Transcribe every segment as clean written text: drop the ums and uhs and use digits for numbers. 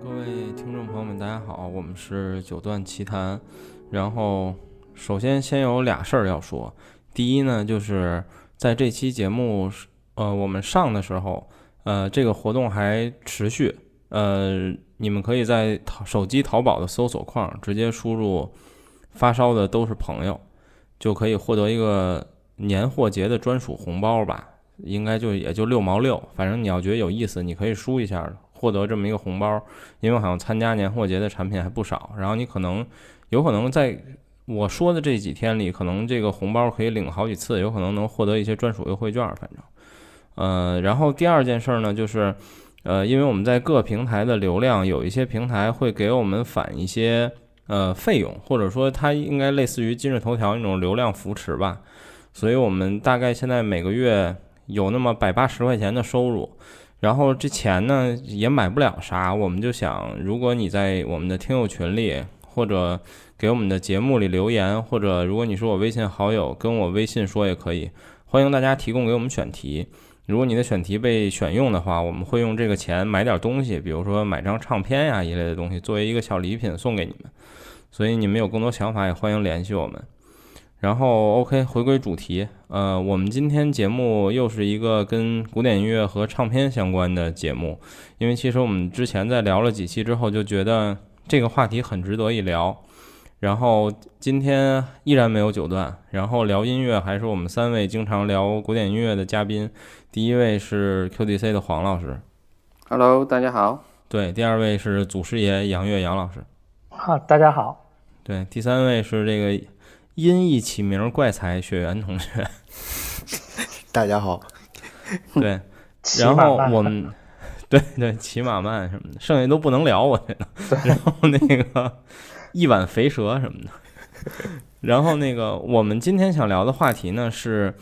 各位听众朋友们，大家好，我们是九段奇谈。然后，首先有俩事儿要说。第一呢，就是在这期节目，我们上的时候，这个活动还持续。你们可以在手机淘宝的搜索框直接输入"发烧的都是朋友"，就可以获得一个年货节的专属红包吧，应该也就6毛6，反正你要觉得有意思，你可以输一下的。获得这么一个红包，因为好像参加年货节的产品还不少，然后你有可能在我说的这几天里，可能这个红包可以领好几次，有可能能获得一些专属优惠券，反正然后第二件事呢，就是因为我们在各平台的流量，有一些平台会给我们返一些费用，或者说它应该类似于今日头条那种流量扶持吧，所以我们大概现在每个月有那么180块钱的收入。然后这钱呢也买不了啥，我们就想，如果你在我们的听友群里，或者给我们的节目里留言，或者如果你是我微信好友，跟我微信说也可以，欢迎大家提供给我们选题。如果你的选题被选用的话，我们会用这个钱买点东西，比如说买张唱片呀一类的东西，作为一个小礼品送给你们。所以你们有更多想法也欢迎联系我们。然后 OK， 回归主题，我们今天节目又是一个跟古典音乐和唱片相关的节目，因为其实我们之前在聊了几期之后，就觉得这个话题很值得一聊。然后今天依然没有九段，然后聊音乐还是我们3位经常聊古典音乐的嘉宾。第一位是 QDC 的黄老师 ，Hello， 大家好。 对，第二位是祖师爷杨岳杨老师， 大家好。 对，第三位是这个音译起名怪才雪原同学， 大家好。 对，然后我们对骑马慢什么的，剩下都不能聊，我觉得。然后那个一碗肥蛇什么的。然后那个我们今天想聊的话题呢是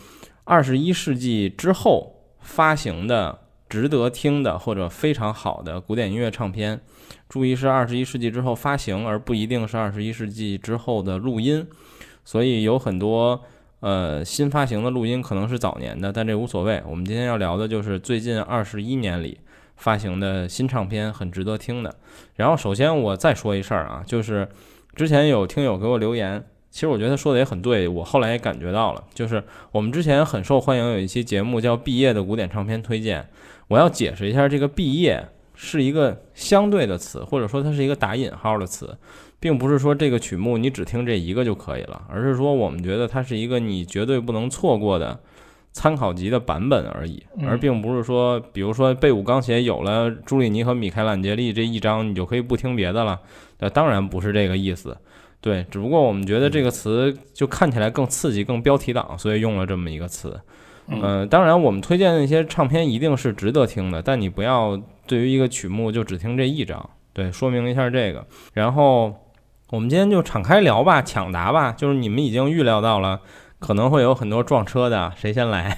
21世纪之后发行的值得听的或者非常好的古典音乐唱片。注意是21世纪之后发行，而不一定是21世纪之后的录音。所以有很多新发行的录音可能是早年的，但这无所谓。我们今天要聊的就是最近21年里发行的新唱片，很值得听的。然后首先我再说一事儿啊，就是之前有听友给我留言，其实我觉得他说的也很对，我后来也感觉到了，就是我们之前很受欢迎有一期节目叫毕业的古典唱片推荐，我要解释一下，这个毕业是一个相对的词，或者说它是一个打引号的词，并不是说这个曲目你只听这一个就可以了，而是说我们觉得它是一个你绝对不能错过的参考级的版本而已，而并不是说比如说贝武钢琴有了朱利尼和米开朗杰利这一章你就可以不听别的了，当然不是这个意思。对，只不过我们觉得这个词就看起来更刺激更标题党，所以用了这么一个词。当然我们推荐的那些唱片一定是值得听的，但你不要对于一个曲目就只听这一章。对，说明一下这个。然后我们今天就敞开聊吧，抢答吧，就是你们已经预料到了可能会有很多撞车的，谁先来？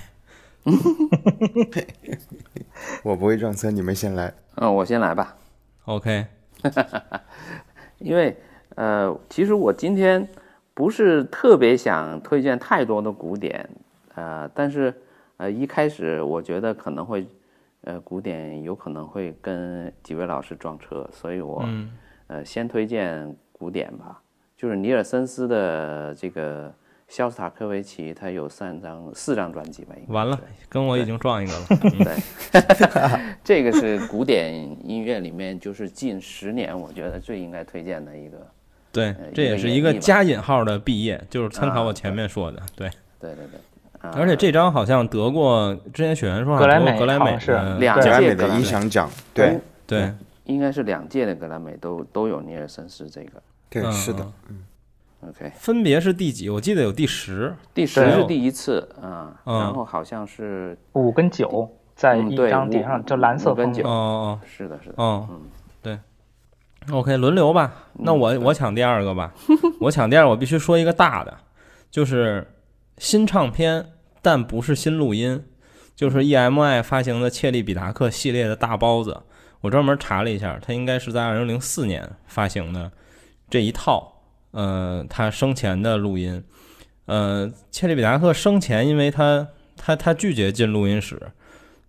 我不会撞车，你们先来。 我先来吧。 OK。 因为其实我今天不是特别想推荐太多的古典，但是一开始我觉得可能会古典有可能会跟几位老师撞车，所以我先推荐古典吧，就是尼尔森斯的这个肖斯塔科维奇，他有4张专辑吧。 完了，跟我已经撞一个了。 对，这个是古典音乐里面就是近10年我觉得最应该推荐的一个。 对，这也是一个加引号的毕业，就是参考我前面说的。对。而且这张好像得过，之前雪原说格莱美是 2届的音响奖。对， 应该是2届的格莱美都有尼尔森斯这个。 对，是的。 OK， 分别是第几？我记得有第10， 第10是第一次然后好像是 5跟9在一张碟上，就蓝色跟9。 哦， 是的。 对。OK， 轮流吧。那我抢第二个吧。我抢第二，我必须说一个大的，就是新唱片，但不是新录音，就是 EMI 发行的切利比达克系列的大包子。我专门查了一下，它应该是在2004年发行的这一套，他生前的录音。切利比达克生前，因为他拒绝进录音室，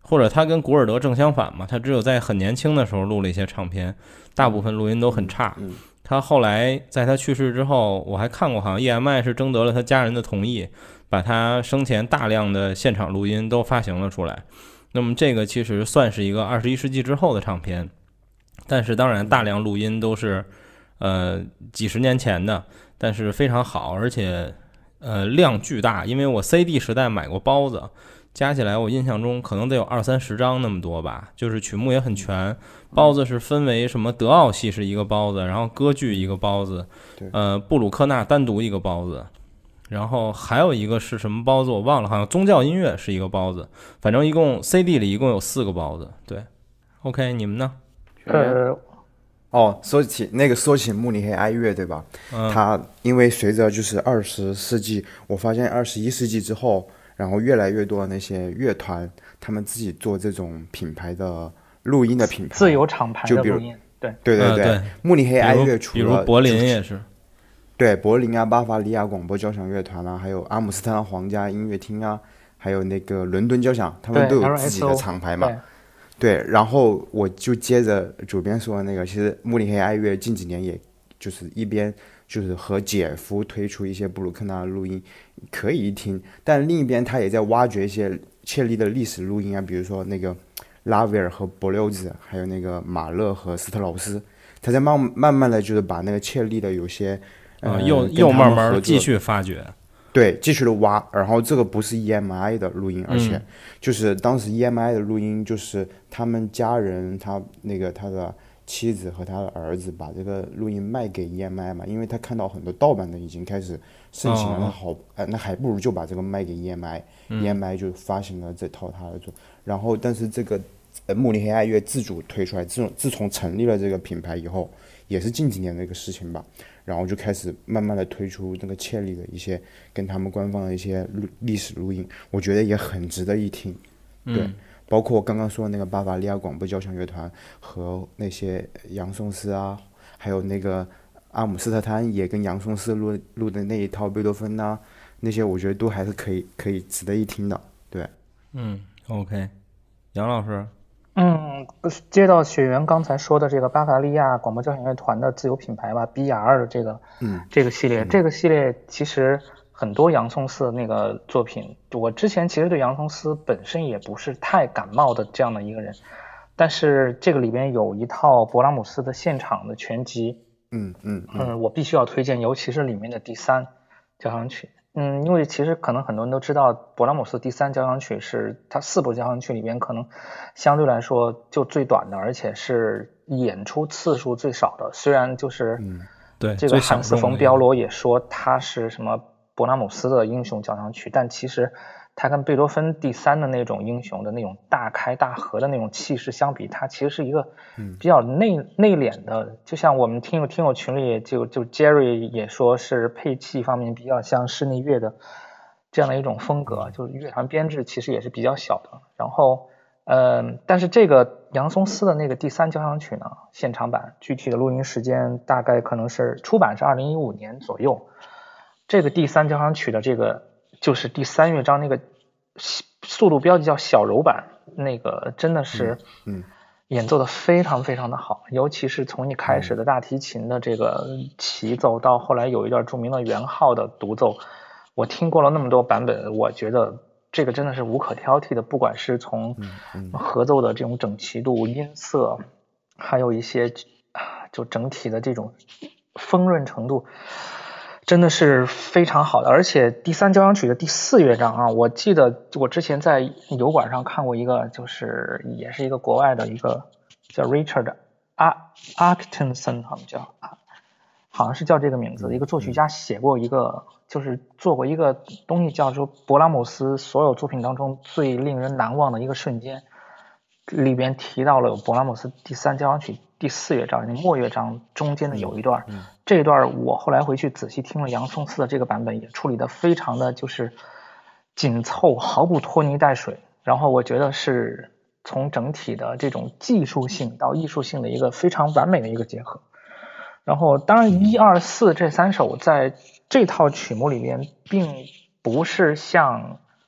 或者他跟古尔德正相反嘛，他只有在很年轻的时候录了一些唱片，大部分录音都很差。他后来在他去世之后，我还看过，好像 EMI 是征得了他家人的同意，把他生前大量的现场录音都发行了出来。那么这个其实算是一个21世纪之后的唱片，但是当然大量录音都是几十年前的，但是非常好，而且量巨大。因为我 CD 时代买过包子，加起来我印象中可能得有20-30张那么多吧，就是曲目也很全。包子是分为什么德奥系是一个包子，然后歌剧一个包子，布鲁克纳单独一个包子，然后还有一个是什么包子我忘了，好像宗教音乐是一个包子，反正一共 CD 里一共有4个包子。对 OK 你们呢？ 说起慕尼黑爱乐对吧，它因为随着就是20世纪，我发现21世纪之后，然后越来越多的那些乐团他们自己做这种品牌的录音的品牌， 自有厂牌的录音， 对，慕尼黑爱乐除了比如柏林也是， 对，柏林啊，巴伐利亚广播交响乐团啊，还有阿姆斯特丹皇家音乐厅啊，还有那个伦敦交响，他们都有自己的厂牌嘛。对，然后我就接着主编说的那个，其实慕尼黑爱乐近几年也就是一边就是和姐夫推出一些布鲁克纳录音可以一听，但另一边他也在挖掘一些切利的历史录音啊，比如说那个拉威尔和柏柳兹，还有那个马勒和斯特劳斯，他在慢慢的就是把那个切利的有些又慢慢继续发掘， 对，继续的挖。然后这个不是 EMI 的录音，而且就是当时 EMI 的录音，就是他们家人他的妻子和他的儿子把这个录音卖给 EMI 嘛，因为他看到很多盗版的已经开始盛行了，那还不如就把这个卖给 EMI，EMI 就发行了这套他的作。然后但是这个慕尼黑爱乐自主推出来，自从成立了这个品牌以后，也是近几年的一个事情吧，然后就开始慢慢的推出那个切利的一些跟他们官方的一些历史录音，我觉得也很值得一听。对，包括刚刚说的那个巴伐利亚广播交响乐团和那些杨松斯啊，还有那个阿姆斯特丹也跟杨松斯录的那一套贝多芬啊，那些我觉得都还是可以值得一听的。对 ，OK 杨老师。 接到雪原刚才说的这个巴伐利亚广播交响乐团的自有品牌吧 BR 的这个系列，这个系列其实很多杨松斯的那个作品，我之前其实对杨松斯本身也不是太感冒的这样的一个人，但是这个里边有一套勃拉姆斯的现场的全集，我必须要推荐，尤其是里面的第3交响曲。因为其实可能很多人都知道，勃拉姆斯第3交响曲是他4部交响曲里边可能相对来说就最短的，而且是演出次数最少的。虽然就是对这个汉斯冯彪罗也说他是什么勃拉姆斯的英雄交响曲，但其实他跟贝多芬第3的那种英雄的那种大开大合的那种气势相比，他其实是一个比较内敛的，就像我们听友群里就 Jerry 也说是配器方面比较像室内乐的这样的一种风格，就是乐团编制其实也是比较小的。然后但是这个杨松斯的那个第3交响曲呢，现场版具体的录音时间大概可能是出版是2015年左右，这个第3交响曲的这个就是第3乐章那个速度标记叫小柔版，那个真的是演奏的非常非常的好，尤其是从一开始的大提琴的这个齐奏到后来有一段著名的圆号的独奏，我听过了那么多版本，我觉得这个真的是无可挑剔的，不管是从合奏的这种整齐度、音色，还有一些就整体的这种丰润程度，真的是非常好的。而且第3交响曲的第4乐章啊，我记得我之前在油管上看过一个，就是也是一个国外的一个叫 Richard Atkinson， 好像是叫这个名字的一个作曲家，写过一个就是做过一个东西叫做勃拉姆斯所有作品当中最令人难忘的一个瞬间，里边提到了有勃拉姆斯第3交响曲第4乐章末乐章中间的有一段，这一段我后来回去仔细听了杨松斯的这个版本，也处理的非常的就是紧凑，毫不拖泥带水，然后我觉得是从整体的这种技术性到艺术性的一个非常完美的一个结合。然后当然1、2、4这3首在这套曲目里面并不是像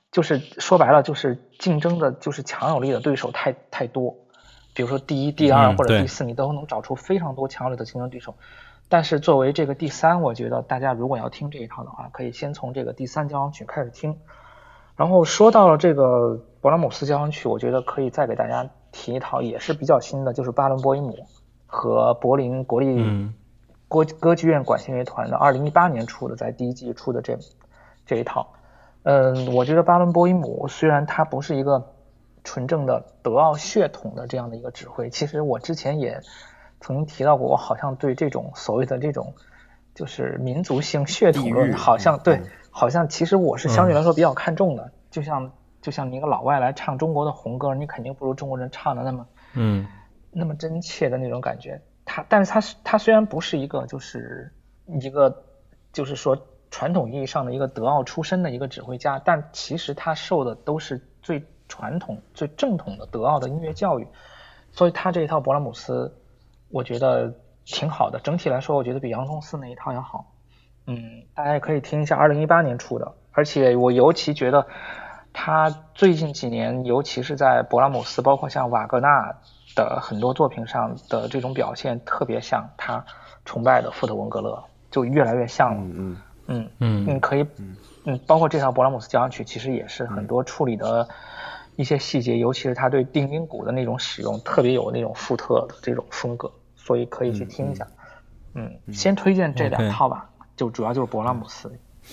就是说白了就是竞争的就是强有力的对手太多，比如说第一、第二或者第四，你都能找出非常多强有力的竞争对手。但是作为这个第三，我觉得大家如果要听这一套的话，可以先从这个第三交响曲开始听。然后说到了这个勃拉姆斯交响曲，我觉得可以再给大家提一套也是比较新的，就是巴伦波伊姆和柏林国立歌剧院管弦乐团的2018年出的，在第一季出的这一套。我觉得巴伦波伊姆虽然他不是一个纯正的德奥血统的这样的一个指挥，其实我之前也曾经提到过，我好像对这种所谓的这种就是民族性血统论，好像对，好像其实我是相对来说比较看重的。就像你一个老外来唱中国的红歌，你肯定不如中国人唱的那么真切的那种感觉。但是他虽然不是一个就是说传统意义上的一个德奥出身的一个指挥家，但其实他受的都是最传统最正统的德奥的音乐教育，所以他这一套勃拉姆斯我觉得挺好的，整体来说我觉得比杨松四那一套要好。大家也可以听一下2018年出的，而且我尤其觉得他最近几年尤其是在勃拉姆斯包括像瓦格纳的很多作品上的这种表现特别像他崇拜的富特文格勒，就越来越像了。可以包括这套勃拉姆斯交响曲其实也是很多处理的一些细节，尤其是他对定音鼓的那种使用特别有那种富特的这种风格，所以可以去听一下。先推荐这两套吧，就主要就是勃拉姆斯。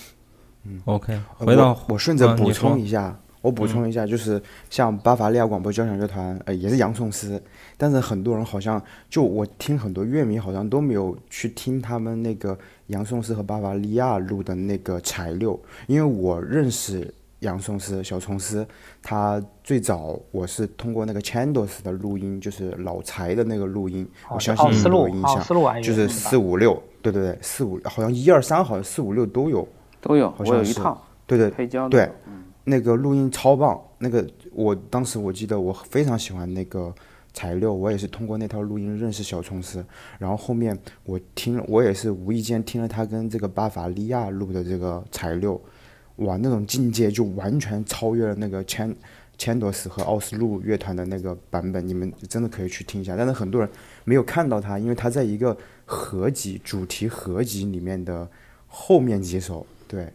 OK， 回到我顺着补充一下，就是像巴伐利亚广播交响乐团，也是杨松斯，但是很多人好像就我听很多乐迷好像都没有去听他们那个杨松斯和巴伐利亚录的那个柴六，因为我认识杨松斯小松斯，他最早我是通过那个 Chandos 的录音，就是老柴的那个录音，我相信你们有印象，就是456，对456，好像123，好像456都有， 我有一套， 对黑胶的， 对，那个录音超棒，那个当时我记得我非常喜欢那个柴六，我也是通过那套录音认识小松斯，然后后面我也是无意间听了他跟这个巴伐利亚录的这个柴六，哇，那种境界就完全超越了那个Chandos 和奥斯陆乐团的那个版本，你们真的可以去听一下。但是很多人没有看到它，因为它在一个主题合集里面的后面几首。对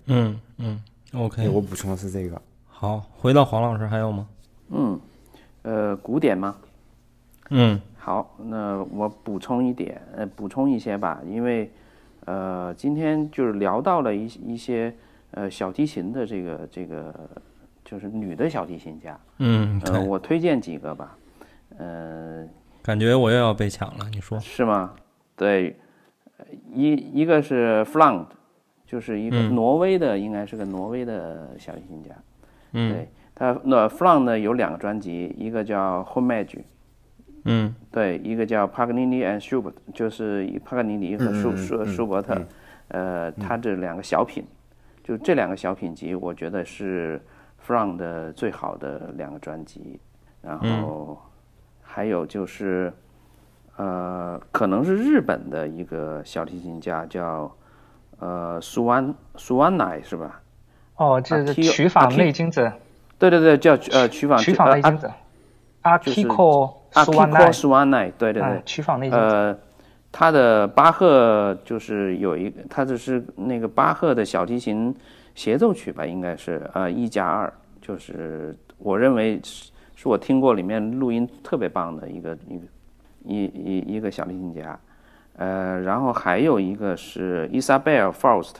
，OK， 我补充的是这个。 好，回到黄老师还有吗？ 古典吗？好，那我补充一些吧，因为今天就是聊到了一些小提琴的这个就是女的小提琴家，我推荐几个吧， 感觉我又要被抢了，你说是吗？对，一个是 Fland， 就是一个挪威的，应该是个挪威的小提琴家，对，他那 Fland 呢有2个专辑，一个叫 Homage，对，一个叫 Paganini and Schubert， 就是帕格尼尼和舒伯特，他这2个小品，就这2个小品集，我觉得是 Fland 的最好的2个专辑。然后还有就是可能是日本的一个小提琴家叫苏湾乃是吧？ 这是曲坊内金子。 对，叫曲坊内金子。Akiko Suwanai， 对， 曲坊内金子。 他的巴赫就是有一个，他就是那个巴赫的小提琴协奏曲吧，应该是1+2，就是我认为是我听过里面录音特别棒的一个小提琴家。然后还有一个是 Isabelle Faust，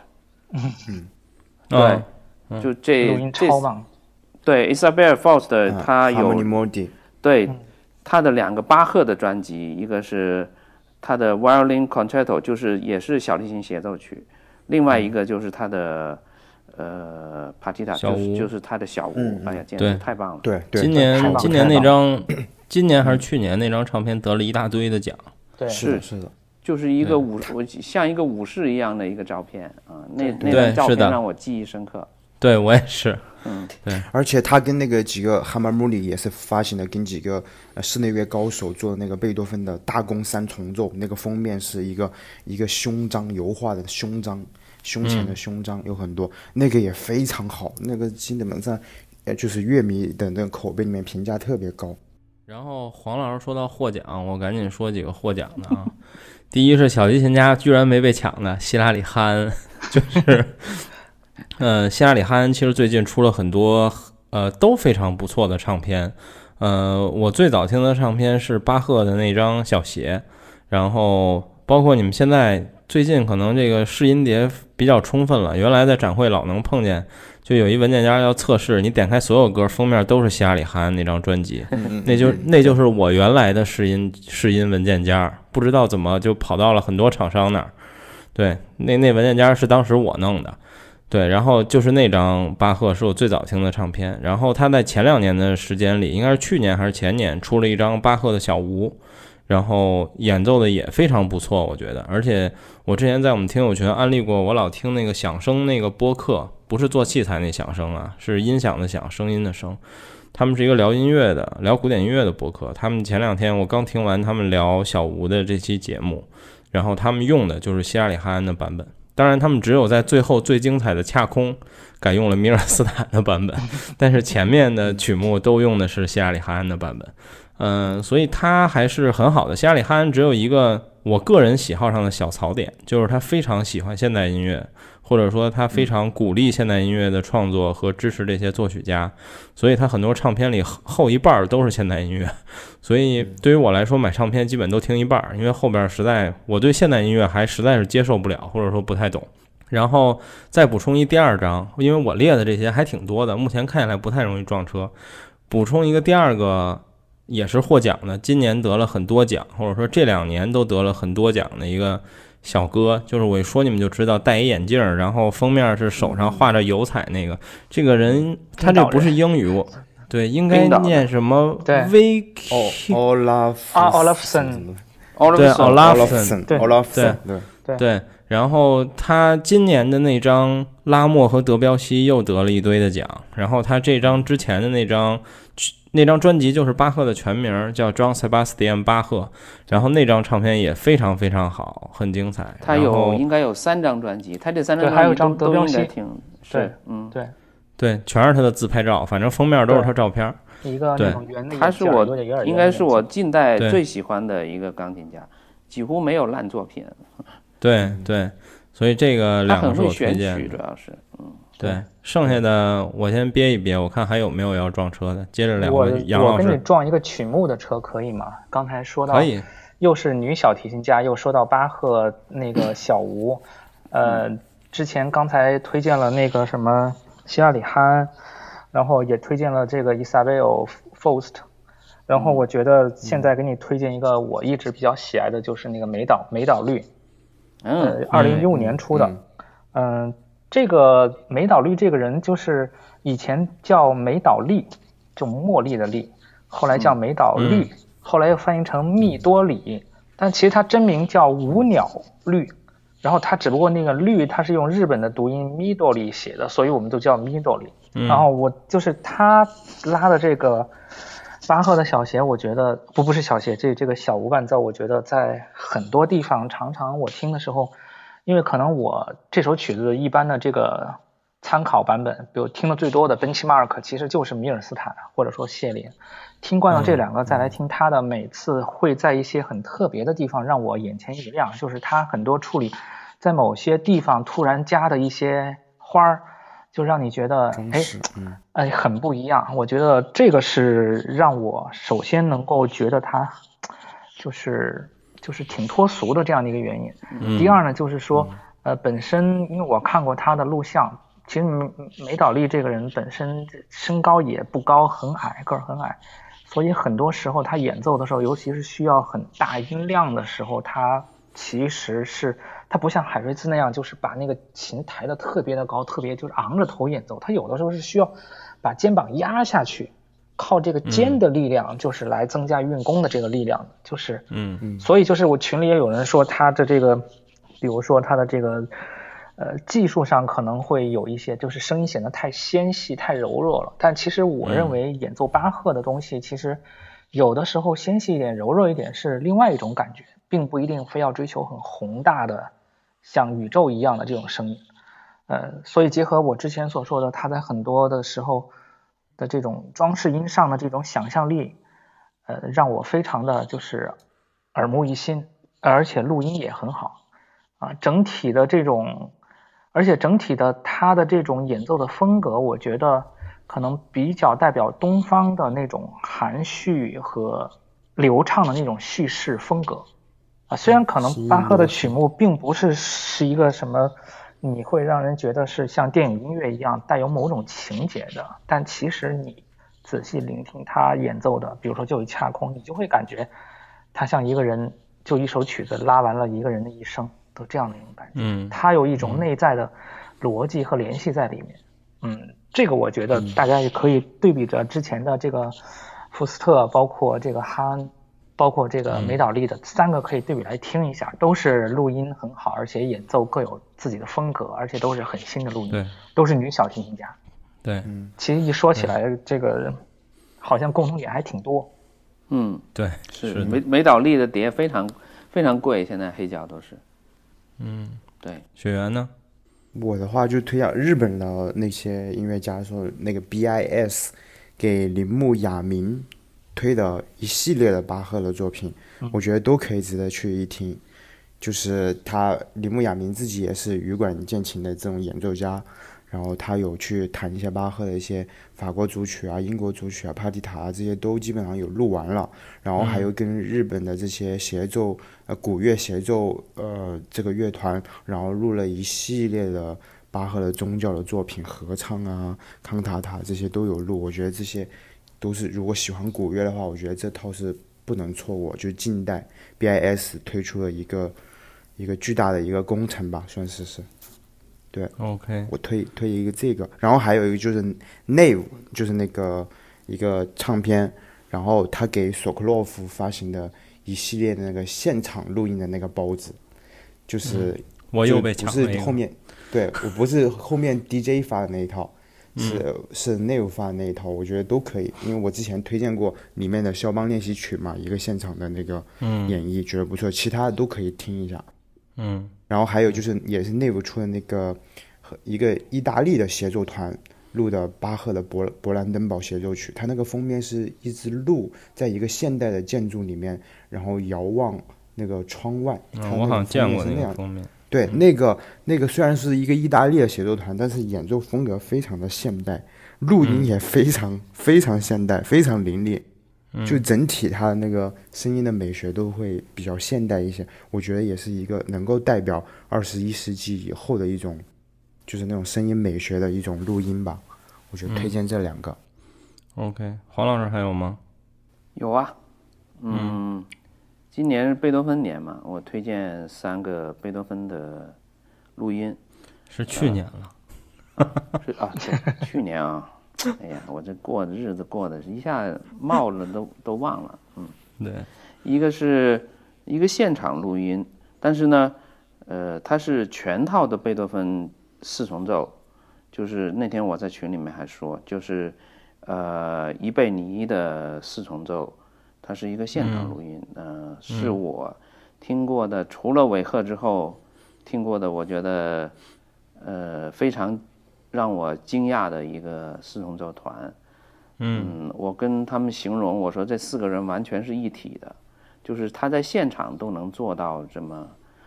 对，就录音超棒。 对 Isabelle Faust， 他有对他的2个巴赫的专辑，一个是他的 Violin Concerto， 也是小提琴协奏曲，另外一个就是他的Partita， 就是他的小屋。哎呀，简直太棒了！ 对， 今年那张，今年还是去年那张唱片得了一大堆的奖。 对， 是的。 就是一个像一个武士一样的一个照片啊，那张照片让我记忆深刻。 对，我也是。对。 而且他跟那个几个哈马穆里也是发行的，跟几个室内乐高手做的那个贝多芬的大宫3重奏，那个封面是一个胸章油画的胸章，胸前的胸章有很多，那个也非常好，那个基本上就是乐迷的那个口碑里面评价特别高。 然后黄老师说到获奖，我赶紧说几个获奖的啊。第一是小提琴家居然没被抢的希拉里哈恩，就是希拉里哈恩其实最近出了很多都非常不错的唱片。我最早听的唱片是巴赫的那张小鞋，然后包括你们现在最近可能这个试音碟比较充分了，原来在展会老能碰见，就有一文件夹要测试，你点开所有歌封面都是希拉里哈恩那张专辑，那就是我原来的试音文件夹，不知道怎么就跑到了很多厂商那儿。对，那文件夹是当时我弄的。对，然后就是那张巴赫是我最早听的唱片，然后他在前2年的时间里，应该是去年还是前年出了一张巴赫的小吴，然后演奏的也非常不错，我觉得。而且我之前在我们听友群安利过，我老听那个响声那个播客，不是做器材那响声啊，是音响的响，声音的声。他们是一个聊音乐的，聊古典音乐的播客。他们前2天我刚听完他们聊小吴的这期节目，然后他们用的就是希拉里哈恩的版本。当然他们只有在最后最精彩的恰空改用了米尔斯坦的版本，但是前面的曲目都用的是希拉里哈恩的版本。所以他还是很好的。希拉里哈恩只有一个我个人喜好上的小槽点，就是他非常喜欢现代音乐，或者说他非常鼓励现代音乐的创作和支持这些作曲家，所以他很多唱片里后一半都是现代音乐。所以对于我来说买唱片基本都听一半，因为后边我对现代音乐还实在是接受不了，或者说不太懂。然后再补充一第2张，因为我列的这些还挺多的，目前看起来不太容易撞车。补充一个第2个也是获奖的，今年得了很多奖，或者说这2年都得了很多奖的一个小哥，就是我一说你们就知道，戴一眼镜，然后封面是手上画着油彩那个。这个人他这不是英语，对，应该念什么 Olafsson， 对 Olafsson， 对。然后他今年的那张拉莫和德彪西又得了一堆的奖，然后他这张之前的那张专辑就是巴赫的全名，叫 John Sebastian 巴赫，然后那张唱片也非常非常好，很精彩。 他应该有3张专辑，他这3张专辑还有张德彪西， 对， 对，全是他的自拍照，反正封面都是他照片。 一个那种圆的， 他是应该是我近代最喜欢的一个钢琴家，几乎没有烂作品。 对，所以这个2个是我推荐的。 他很会选曲，主要是， 对，剩下的我先憋一憋，我看还有没有要撞车的。接着2个，杨老师， 我跟你撞一个曲目的车可以吗？刚才说到， 可以， 又是女小提琴家，又说到巴赫那个小吴，之前刚才推荐了那个什么希拉里哈恩，然后也推荐了这个 Isabelle Faust， 然后我觉得现在给你推荐一个我一直比较喜爱的，就是那个梅岛绿，2015年出的，这个梅岛绿这个人就是以前叫梅岛利，就茉莉的莉，后来叫梅岛绿，后来又翻译成蜜多里，但其实他真名叫五鸟绿，然后他只不过那个绿他是用日本的读音咪多里写的，所以我们都叫咪多里。然后我就是他拉的这个巴赫的小鞋，我觉得不是小鞋，这个小无伴奏，我觉得在很多地方常常我听的时候，因为可能我这首曲子一般的这个参考版本，比如听的最多的奔奇马尔克其实就是米尔斯坦或者说谢林，听惯了这2个再来听他的，每次会在一些很特别的地方让我眼前一亮，就是他很多处理在某些地方突然加的一些花儿，就让你觉得很不一样。我觉得这个是让我首先能够觉得他就是挺脱俗的这样的一个原因。第二呢，就是说本身因为我看过他的录像，其实梅岛利这个人本身身高也不高，很矮，个儿很矮，所以很多时候他演奏的时候，尤其是需要很大音量的时候，他其实是他不像海瑞兹那样就是把那个琴抬得特别的高，特别就是昂着头演奏，他有的时候是需要把肩膀压下去，靠这个肩的力量就是来增加运弓的这个力量，就是所以就是我群里也有人说他的这个比如说他的这个技术上可能会有一些就是声音显得太纤细太柔弱了，但其实我认为演奏巴赫的东西其实有的时候纤细一点柔弱一点是另外一种感觉，并不一定非要追求很宏大的像宇宙一样的这种声音。所以结合我之前所说的，他在很多的时候的这种装饰音上的这种想象力，让我非常的就是耳目一新，而且录音也很好啊，整体的他的这种演奏的风格，我觉得可能比较代表东方的那种含蓄和流畅的那种叙事风格啊。虽然可能巴赫的曲目并不是一个什么你会让人觉得是像电影音乐一样带有某种情节的，但其实你仔细聆听他演奏的，比如说就一恰空，你就会感觉他像一个人，就一首曲子拉完了一个人的一生，都这样的一种感觉。他有一种内在的逻辑和联系在里面。这个我觉得大家也可以对比着之前的这个福斯特，包括这个哈恩，包括这个梅岛利的3个可以对比来听一下，都是录音很好，而且演奏各有自己的风格，而且都是很新的录音，都是女小提琴家。 对， 其实一说起来，这个好像共同点还挺多。 对， 是梅岛利的碟非常非常贵，现在黑胶都是。对。 雪原呢？ 我的话就推荐日本的那些音乐家说，那个 BIS 给铃木雅明推的一系列的巴赫的作品，我觉得都可以值得去一听。就是铃木雅明自己也是羽管键琴的这种演奏家，然后他有去弹一些巴赫的一些法国组曲啊、英国组曲啊、帕蒂塔啊，这些都基本上有录完了。然后还有跟日本的这些协奏古乐协奏这个乐团，然后录了一系列的巴赫的宗教的作品，合唱啊、康塔塔这些都有录。我觉得这些都是如果喜欢古乐的话，我觉得这套是不能错过。就近代 BIS 推出了一个巨大的一个工程吧，算是。对 ，OK， 我推一个这个，然后还有一个就是 Nave， 就是那个一个唱片，然后他给索克洛夫发行的一系列的那个现场录音的那个包子，就是我又被抢了一个， 不是后面，对，我不是后面 DJ 发的那一套，是 Nave 发的那一套，我觉得都可以，因为我之前推荐过里面的肖邦练习曲嘛，一个现场的那个演绎，觉得不错，其他的都可以听一下。然后还有就是也是内部出的那个一个意大利的协奏团录的巴赫的勃兰登堡协奏曲，它那个封面是一只鹿在一个现代的建筑里面，然后遥望那个窗外。 我好像见过那个封面。 对，那个虽然是一个意大利的协奏团，但是演奏风格非常的现代，录音也非常非常现代，非常凌厉。就整体它的那个声音的美学都会比较现代一些，我觉得也是一个能够代表21世纪以后的一种，就是那种声音美学的一种录音吧。我觉得推荐这2个。 OK， 黄老师还有吗？ 有啊，今年是贝多芬年嘛，我推荐3个贝多芬的录音。 是去年了。 去年啊。哎呀，我这过的日子过的一下冒了都忘了。 对， 一个是一个现场录音，但是呢，它是全套的贝多芬4重奏，就是那天我在群里面还说，就是伊贝尼的4重奏，它是一个现场录音，是我听过的，除了韦赫之后听过的，我觉得非常让我惊讶的一个4重奏团。我跟他们形容，我说这4个人完全是一体的，就是他在现场都能做到这么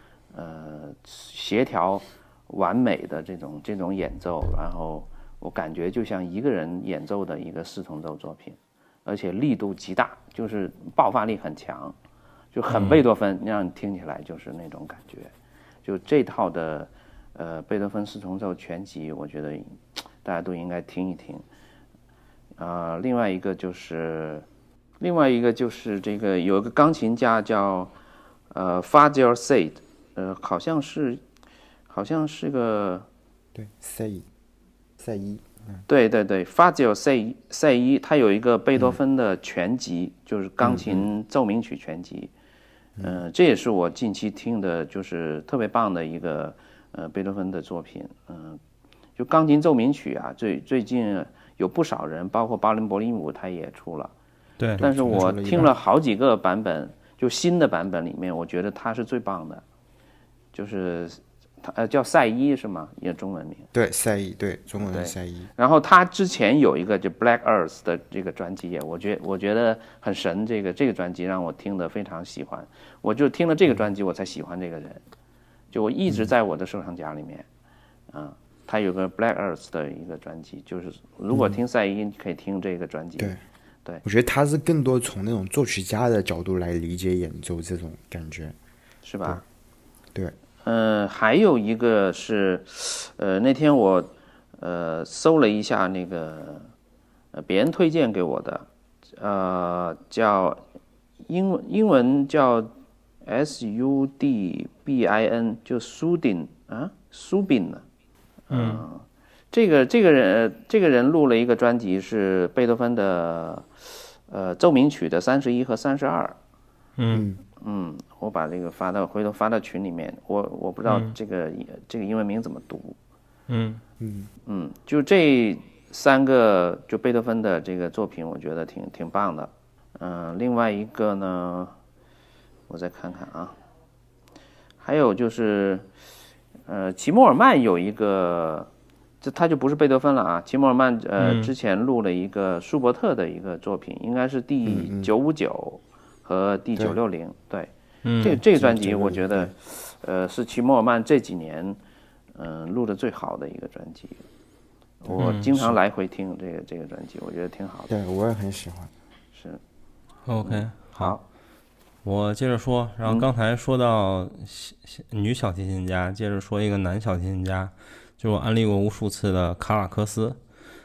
协调完美的这种演奏，然后我感觉就像一个人演奏的一个4重奏作品，而且力度极大，就是爆发力很强，就很贝多芬，让你听起来就是那种感觉。就这套的贝多芬4重奏全集，我觉得大家都应该听一听。另外一个就是这个有一个钢琴家叫Fazil Said，好像是个对赛伊， 对 Fazil Said，他有一个贝多芬的全集，就是钢琴奏鸣曲全集。这也是我近期听的，就是特别棒的一个贝多芬的作品。就钢琴奏鸣曲啊，最近有不少人，包括巴伦柏林姆他也出了。 对， 但是我听了好几个版本，就新的版本里面，我觉得他是最棒的。就是他叫赛伊是吗？也中文名。 对，赛伊，对，中文是赛伊。 然后他之前有一个就 Black Earth 的这个专辑也，我觉得很神，这个专辑让我听得非常喜欢，我就听了这个专辑我才喜欢这个人，就我一直在我的收藏夹里面，他有个 Black Earth 的一个专辑，就是如果听赛伊可以听这个专辑。对， 我觉得他是更多从那种作曲家的角度来理解演奏这种感觉， 是吧？ 对。 还有一个是，那天我搜了一下那个别人推荐给我的，叫英文叫 SUDBIN， 就苏丁啊，苏宾呢。这个人录了一个专辑是贝多芬的奏鸣曲的31和32。我把这个回头发到群里面，我不知道这个英文名怎么读。就这3个就贝多芬的这个作品，我觉得挺棒的。另外一个呢，我再看看啊，还有就是齐默尔曼有一个，他就不是贝多芬了啊。齐默尔曼之前录了一个舒伯特的一个作品，应该是第959和第960，对。这个专辑我觉得是齐默尔曼这几年录的最好的一个专辑，我经常来回听这个专辑，我觉得挺好的。 对，我也很喜欢。 是 OK， 好，我接着说，然后刚才说到女小提琴家，接着说一个男小提琴家，就是我安利过无数次的卡拉克斯。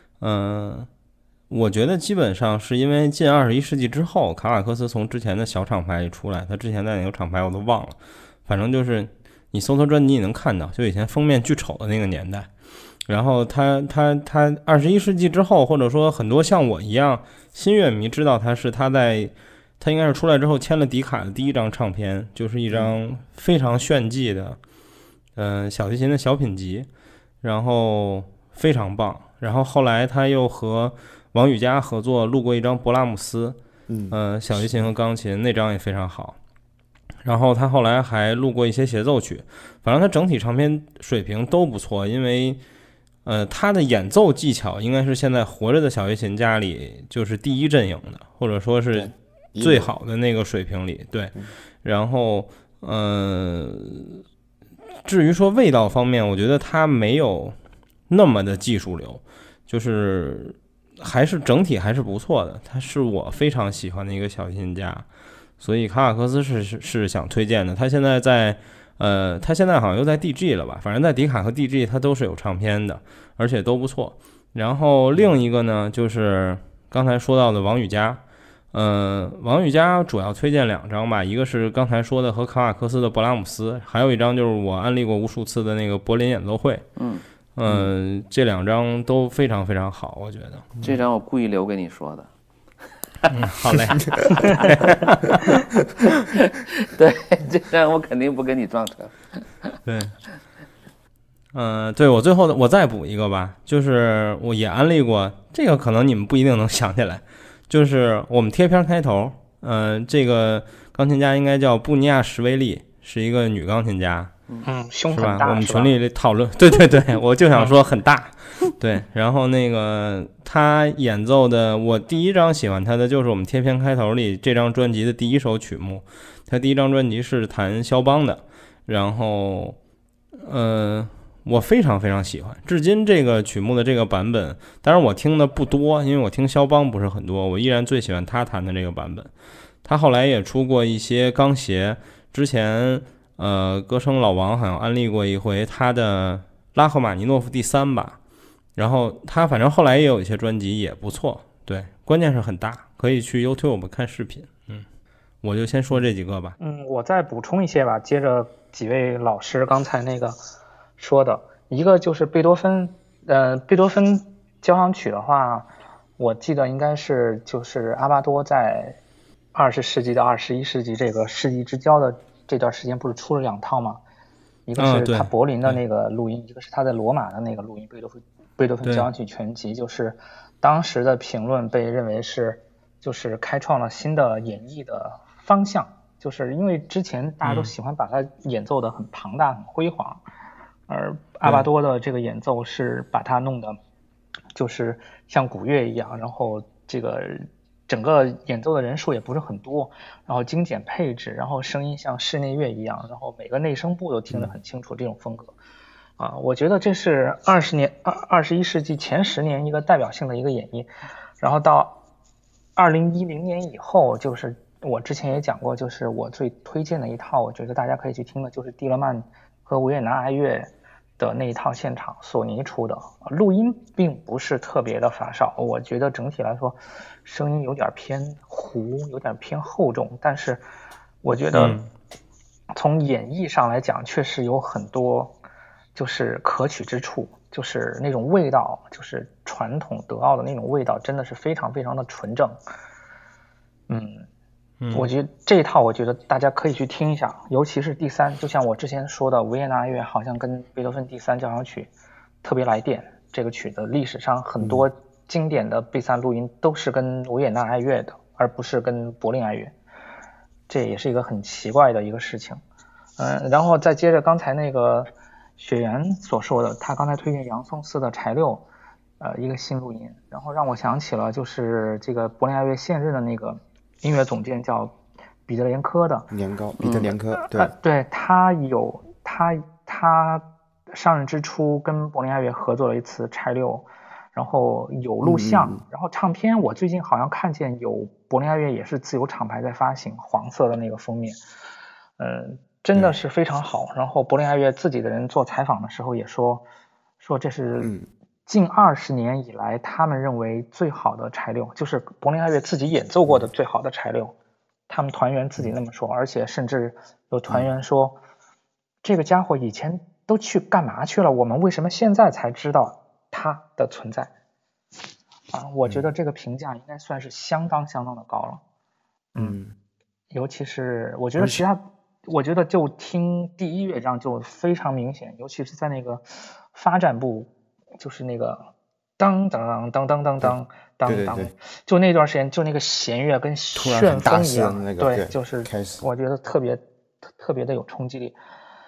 我觉得基本上是因为进21世纪之后，卡拉克斯从之前的小厂牌里出来，他之前在哪个厂牌我都忘了，反正就是你搜他专辑你能看到，就以前封面巨丑的那个年代。然后他21世纪之后，或者说很多像我一样新乐迷知道他应该是出来之后签了迪卡的第一张唱片，就是一张非常炫技的小提琴的小品集，然后非常棒。然后后来他又和王羽佳合作录过一张勃拉姆斯，小提琴和钢琴，那张也非常好。然后他后来还录过一些协奏曲，反正他整体唱片水平都不错，因为他的演奏技巧应该是现在活着的小提琴家里就是第一阵营的，或者说是最好的那个水平里，对。然后至于说味道方面，我觉得他没有那么的技术流，就是还是整体还是不错的，他是我非常喜欢的一个小提琴家，所以卡拉克斯是想推荐的。他现在好像又在 DG 了吧，反正在迪卡和 DG 他都是有唱片的，而且都不错。然后另一个呢，就是刚才说到的王羽佳，王羽佳主要推荐2张吧，一个是刚才说的和卡拉克斯的勃拉姆斯，还有一张就是我安利过无数次的那个柏林演奏会。这2张都非常非常好，我觉得。 这张我故意留给你说的。 好嘞。 对，这张我肯定不跟你撞车。 对。对，我最后我再补一个吧，就是我也安利过，这个可能你们不一定能想起来，就是我们贴片开头，这个钢琴家应该叫布尼亚什维利，是一个女钢琴家。 胸很大是吧？我们群里讨论，对，我就想说很大，对。然后那个他演奏的，我第一张喜欢他的就是我们贴片开头里这张专辑的第1首曲目，他第一张专辑是弹肖邦的，然后我非常非常喜欢，至今这个曲目的这个版本，当然我听的不多，因为我听肖邦不是很多，我依然最喜欢他弹的这个版本。他后来也出过一些钢协，之前歌声老王好像安利过一回他的拉赫玛尼诺夫第3吧，然后他反正后来也有一些专辑也不错，对，关键是很大，可以去 YouTube 看视频。我就先说这几个吧。 我再补充一些吧，接着几位老师刚才那个说的，一个就是贝多芬交响曲的话，我记得应该是就是阿巴多在20世纪到21世纪这个世纪之交的这段时间不是出了2套吗？一个是他柏林的那个录音，一个是他在罗马的那个录音，贝多芬交响曲全集，就是当时的评论被认为是就是开创了新的演绎的方向，就是因为之前大家都喜欢把它演奏的很庞大很辉煌， 而阿巴多的这个演奏是把它弄得就是像古乐一样，然后这个整个演奏的人数也不是很多，然后精简配置，然后声音像室内乐一样，然后每个内声部都听得很清楚，这种风格我觉得这是21世纪前10年一个代表性的一个演绎。然后到2010年以后，就是我之前也讲过，就是我最推荐的一套，我觉得大家可以去听的，就是蒂勒曼和维也纳爱乐的那一套现场，索尼出的，录音并不是特别的发烧，我觉得整体来说声音有点偏糊，有点偏厚重，但是我觉得从演绎上来讲确实有很多就是可取之处，就是那种味道，就是传统德奥的那种味道，真的是非常非常的纯正。我觉得这一套我觉得大家可以去听一下，尤其是第3，就像我之前说的，维也纳爱乐好像跟贝多芬第3交响曲特别来电，这个曲的历史上很多经典的B3录音都是跟维也纳爱乐的，而不是跟柏林爱乐，这也是一个很奇怪的一个事情。然后再接着刚才那个雪原所说的，他刚才推荐杨松斯的柴六一个新录音，然后让我想起了就是这个柏林爱乐现任的那个音乐总监叫彼得连科的彼得连科， 对，他上任之初跟柏林爱乐合作了一次柴六，然后有录像，然后唱片我最近好像看见有柏林爱乐也是自有厂牌在发行，黄色的那个封面，真的是非常好。然后柏林爱乐自己的人做采访的时候也说这是近20年以来他们认为最好的柴六，就是柏林爱乐自己演奏过的最好的柴六，他们团员自己那么说，而且甚至有团员说这个家伙以前都去干嘛去了，我们为什么现在才知道他的存在我觉得这个评价应该算是相当相当的高了。尤其是我觉得其他，我觉得就听第1乐章就非常明显，尤其是在那个发展部，就是那个当当当当当当当当，就那段时间，就那个弦乐跟旋风一样，对，就是我觉得特别的有冲击力。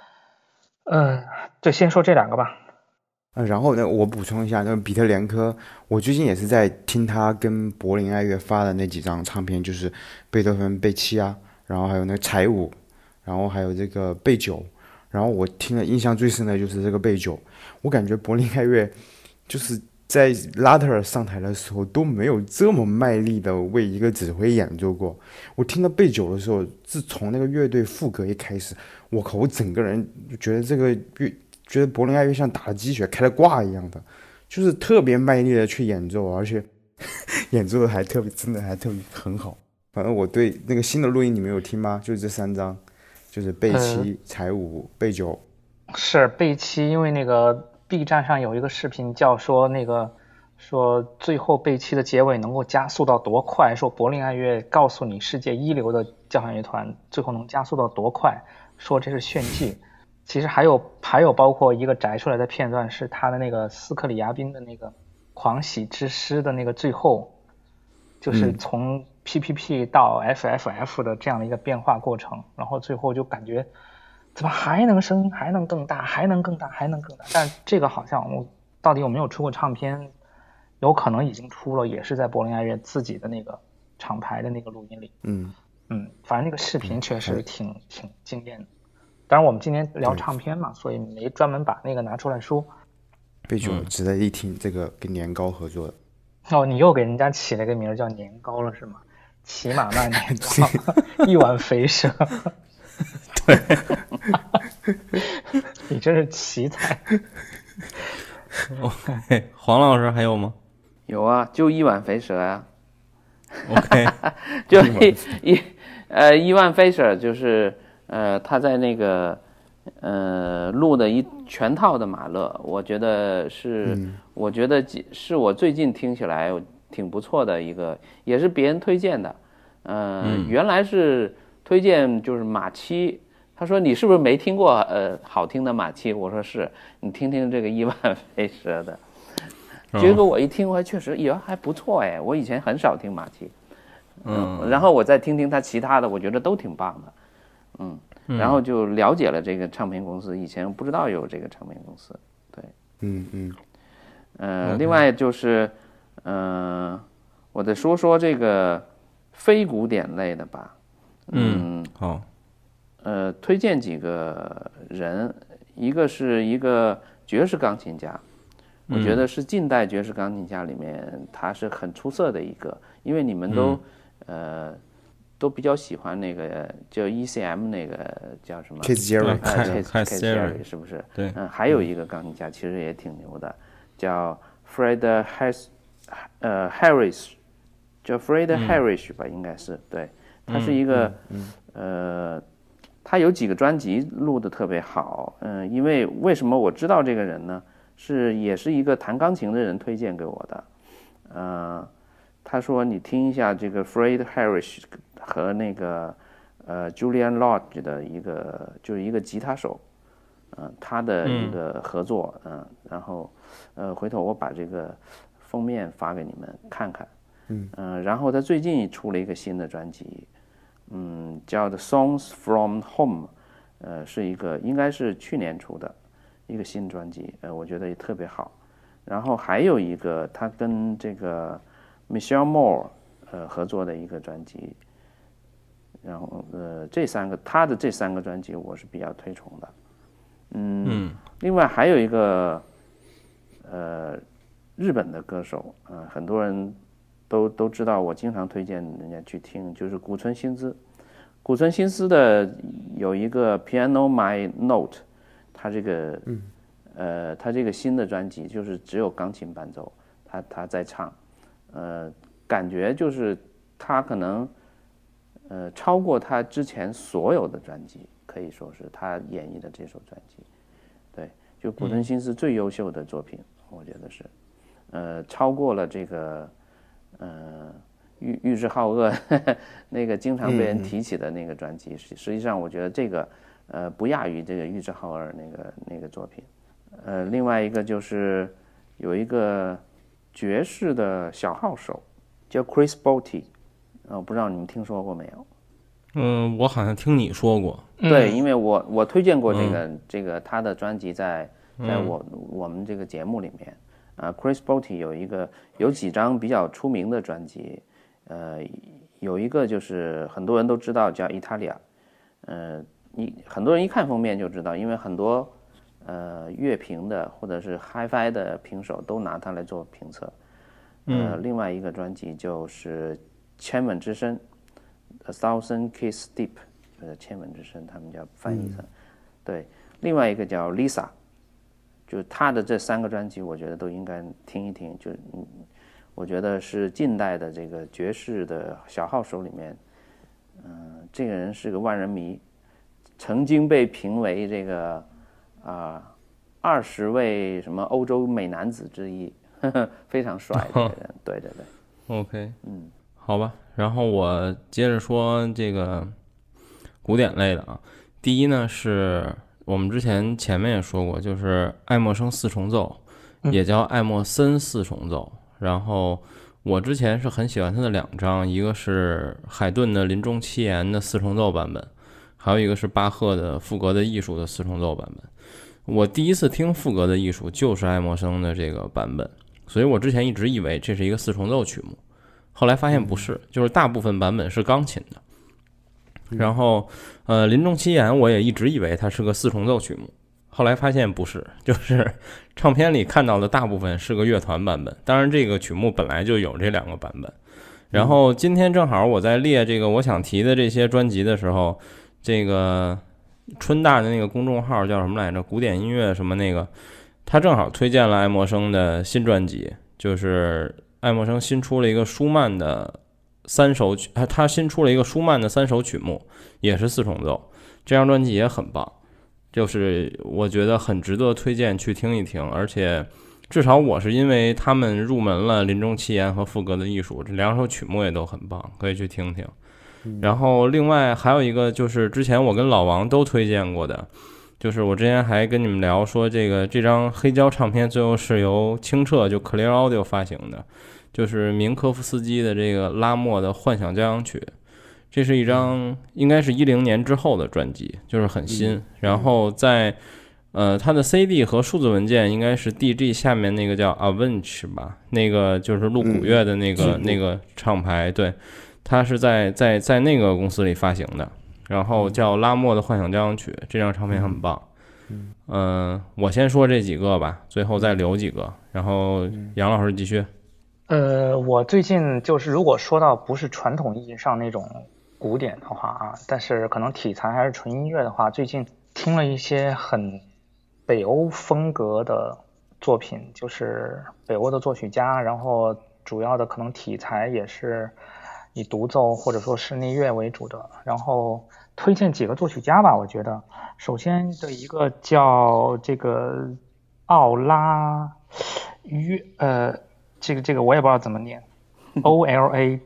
对，先说这2个吧。 然后呢，我补充一下，那个彼得连科，我最近也是在听他跟柏林爱乐发的那几张唱片，就是贝多芬贝7啊，然后还有那个柴5，然后还有这个贝9，然后我听了印象最深的就是这个贝9，我感觉柏林爱乐就是在拉特尔上台的时候都没有这么卖力的为一个指挥演奏过。我听到贝9的时候，自从那个乐队副歌一开始，我靠，我整个人觉得觉得柏林爱乐像打了鸡血开了挂一样的，就是特别卖力的去演奏，而且演奏的还真的还特别很好。反正我对那个新的录音你们有听吗？就是这3张，就是贝7、柴5、贝9。 是贝7，因为那个 B 站上有一个视频叫说最后贝7的结尾能够加速到多快，说柏林爱乐告诉你世界一流的交响乐团最后能加速到多快，说这是炫技。其实还有包括一个摘出来的片段，是他的那个斯克里亚宾的那个狂喜之诗的那个最后，就是从 PPP 到 FFF 的这样的一个变化过程，然后最后就感觉怎么还能声音还能更大，还能更大，还能更大。但这个好像到底有没有出过唱片，有可能已经出了，也是在柏林爱乐自己的那个厂牌的那个录音里。反正那个视频确实挺惊艳的。当然我们今天聊唱片嘛，所以没专门把那个拿出来说。 贝9值得一听，这个跟年糕合作的。 你又给人家起了个名叫年糕了是吗？骑马慢年糕一碗肥蛇。 对。 你真是奇才。 OK， 黄老师还有吗？ 有啊，就一碗肥蛇啊。 OK， 就一碗肥蛇就是他在那个录的全套的马勒，我觉得是我最近听起来挺不错的一个，也是别人推荐的。原来是推荐就是马七，他说你是不是没听过好听的马七？我说是，你听听这个一碗肥蛇的。结果我一听，我还确实也还不错哎，我以前很少听马七。然后我再听听他其他的，我觉得都挺棒的。 然后就了解了这个唱片公司，以前不知道有这个唱片公司。对，另外就是，我再说说这个非古典类的吧。 好。 推荐几个人，一个是一个爵士钢琴家，我觉得是近代爵士钢琴家里面他是很出色的一个，因为你们都比较喜欢那个叫 ECM 那个叫什么 Keith Jarrett，Keith Jarrett 是不是？ 对， 还有一个钢琴家其实也挺牛的，叫 Fred Harris， 叫 Fred Harris 吧，应该是对，他是一个他有几个专辑录得特别好，因为为什么我知道这个人呢？也是一个弹钢琴的人推荐给我的，他说你听一下这个 Fred Harris 和那个Julian Lodge 的就是一个吉他手，他的一个合作，然后回头我把这个封面发给你们看看，然后他最近出了一个新的专辑。叫 The Songs from Home， 是一个应该是去年出的一个新专辑，我觉得也特别好。然后还有一个他跟这个 Michelle Moore 合作的一个专辑，然后他的这三个专辑我是比较推崇的。另外还有一个日本的歌手，很多人都知道，我经常推荐人家去听，就是古村新司。古村新司的有一个 Piano My Note， 他这个新的专辑就是只有钢琴伴奏，他在唱，感觉就是他可能超过他之前所有的专辑，可以说是他演绎的这首专辑，对，就古村新司最优秀的作品，我觉得是，超过了这个。玉置浩二那个经常被人提起的那个专辑，实际上我觉得这个不亚于这个玉置浩二那个作品。另外一个就是有一个爵士的小号手叫 Chris Botti， 不知道你们听说过没有？ 我好像听你说过。 对，因为我推荐过这个他的专辑在我们这个节目里面。Chris Botti 有几张比较出名的专辑，有一个就是很多人都知道叫 Italia， 很多人一看封面就知道，因为很多乐评的或者是 Hi-Fi 的评手都拿它来做评测。另外一个专辑就是千吻之声 A Thousand Kiss Deep， 就是千吻之声，他们叫翻译成，对，另外一个叫 Lisa。就他的这三个专辑，我觉得都应该听一听。就我觉得是近代的这个爵士的小号手里面，这个人是个万人迷，曾经被评为这个20位什么欧洲美男子之一，非常帅的人。对。 OK， 好吧。然后我接着说这个古典类的啊。第一呢是。我们前面也说过，就是爱默生四重奏，也叫爱默森四重奏。然后我之前是很喜欢他的2张，一个是海顿的林中七言的四重奏版本，还有一个是巴赫的赋格的艺术的四重奏版本。我第一次听赋格的艺术就是爱默生的这个版本，所以我之前一直以为这是一个四重奏曲目，后来发现不是，就是大部分版本是钢琴的。然后林中七言我也一直以为它是个四重奏曲目，后来发现不是，就是唱片里看到的大部分是个乐团版本，当然这个曲目本来就有这2个版本。然后今天正好我在列这个我想提的这些专辑的时候，这个春大的那个公众号叫什么来着，古典音乐什么那个，他正好推荐了爱默生的新专辑，就是爱默生新出了一个舒曼的他新出了一个舒曼的3首曲目，也是4重奏，这张专辑也很棒，就是我觉得很值得推荐去听一听，而且至少我是因为他们入门了林中七言和赋格的艺术，这2首曲目也都很棒，可以去听听。然后另外还有一个就是之前我跟老王都推荐过的，就是我之前还跟你们聊说这张黑胶唱片最后是由清澈就 Clear Audio 发行的，就是明科夫斯基的这个拉莫的幻想交响曲。 这是一张应该是10年之后的专辑，就是很新。然后在它的 CD 和数字文件应该是 DG 下面那个叫 Avenge 吧，那个就是录古乐的那个厂牌，对，它是在那个公司里发行的，然后叫拉莫的幻想交响曲，这张唱片很棒。我先说这几个吧，最后再留几个，然后杨老师继续。 我最近就是如果说到不是传统意义上那种古典的话啊，但是可能题材还是纯音乐的话，最近听了一些很北欧风格的作品，就是北欧的作曲家，然后主要的可能题材也是以独奏或者说室内乐为主的，然后推荐几个作曲家吧。我觉得首先的一个叫这个奥拉这个我也不知道怎么念，OLAGJEILO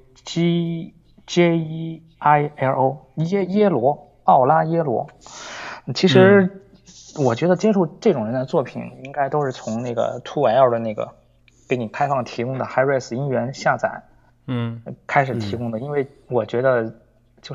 耶罗，奥拉耶罗。其实我觉得接触这种人的作品应该都是从那个 2L 的那个给你开放提供的 HiRes 音源下载开始提供的，因为我觉得就是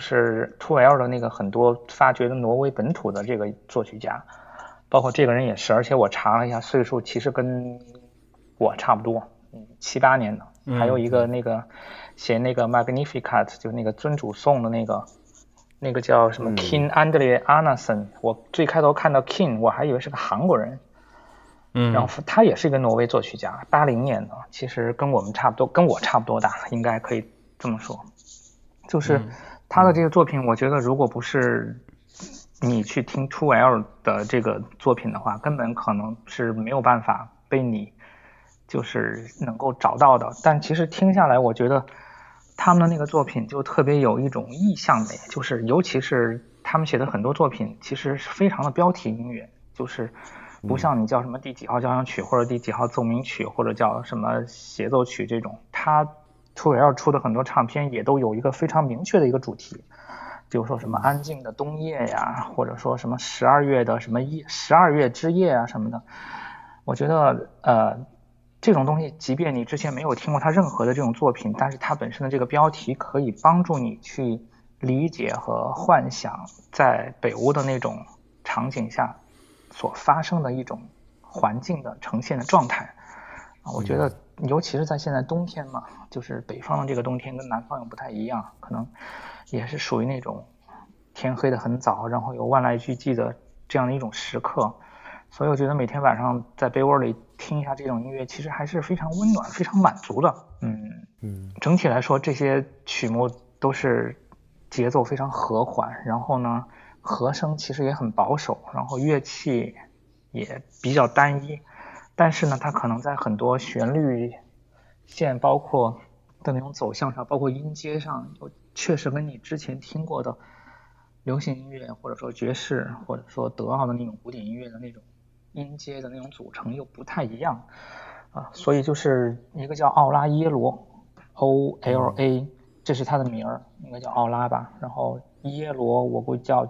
2L 的那个很多发掘的挪威本土的这个作曲家，包括这个人也是，而且我查了一下岁数其实跟我差不多，7、8年的。还有一个那个写那个 Magnificat 就那个尊主颂的那个叫什么 King André Arnason，我最开头看到 King 我还以为是个韩国人，然后他也是一个挪威作曲家，80年的，其实跟我差不多大，应该可以这么说。就是他的这个作品，我觉得如果不是你去听 2L 的这个作品的话，根本可能是没有办法被你就是能够找到的。但其实听下来，我觉得他们的那个作品就特别有一种意象美，就是尤其是他们写的很多作品其实是非常的标题音乐，就是不像你叫什么第几号交响曲或者第几号奏鸣曲或者叫什么协奏曲这种，他 2L 出的很多唱片也都有一个非常明确的一个主题，比如说什么安静的冬夜呀，或者说什么12月的什么12月之夜啊什么的。我觉得这种东西即便你之前没有听过它任何的这种作品，但是它本身的这个标题可以帮助你去理解和幻想在北欧的那种场景下所发生的一种环境的呈现的状态。我觉得尤其是在现在冬天嘛，就是北方的这个冬天跟南方又不太一样，可能也是属于那种天黑的很早，然后有万籁俱寂的这样的一种时刻。所以我觉得每天晚上在被窝里听一下这种音乐，其实还是非常温暖非常满足的。整体来说这些曲目都是节奏非常和缓，然后呢和声其实也很保守，然后乐器也比较单一，但是呢它可能在很多旋律线包括的那种走向上，包括音阶上，确实跟你之前听过的流行音乐或者说爵士或者说德奥的那种古典音乐的那种音阶的那种组成又不太一样所以就是一个叫奥拉耶罗 OLA， 这是他的名儿，应该叫奥拉吧，然后耶罗我估计叫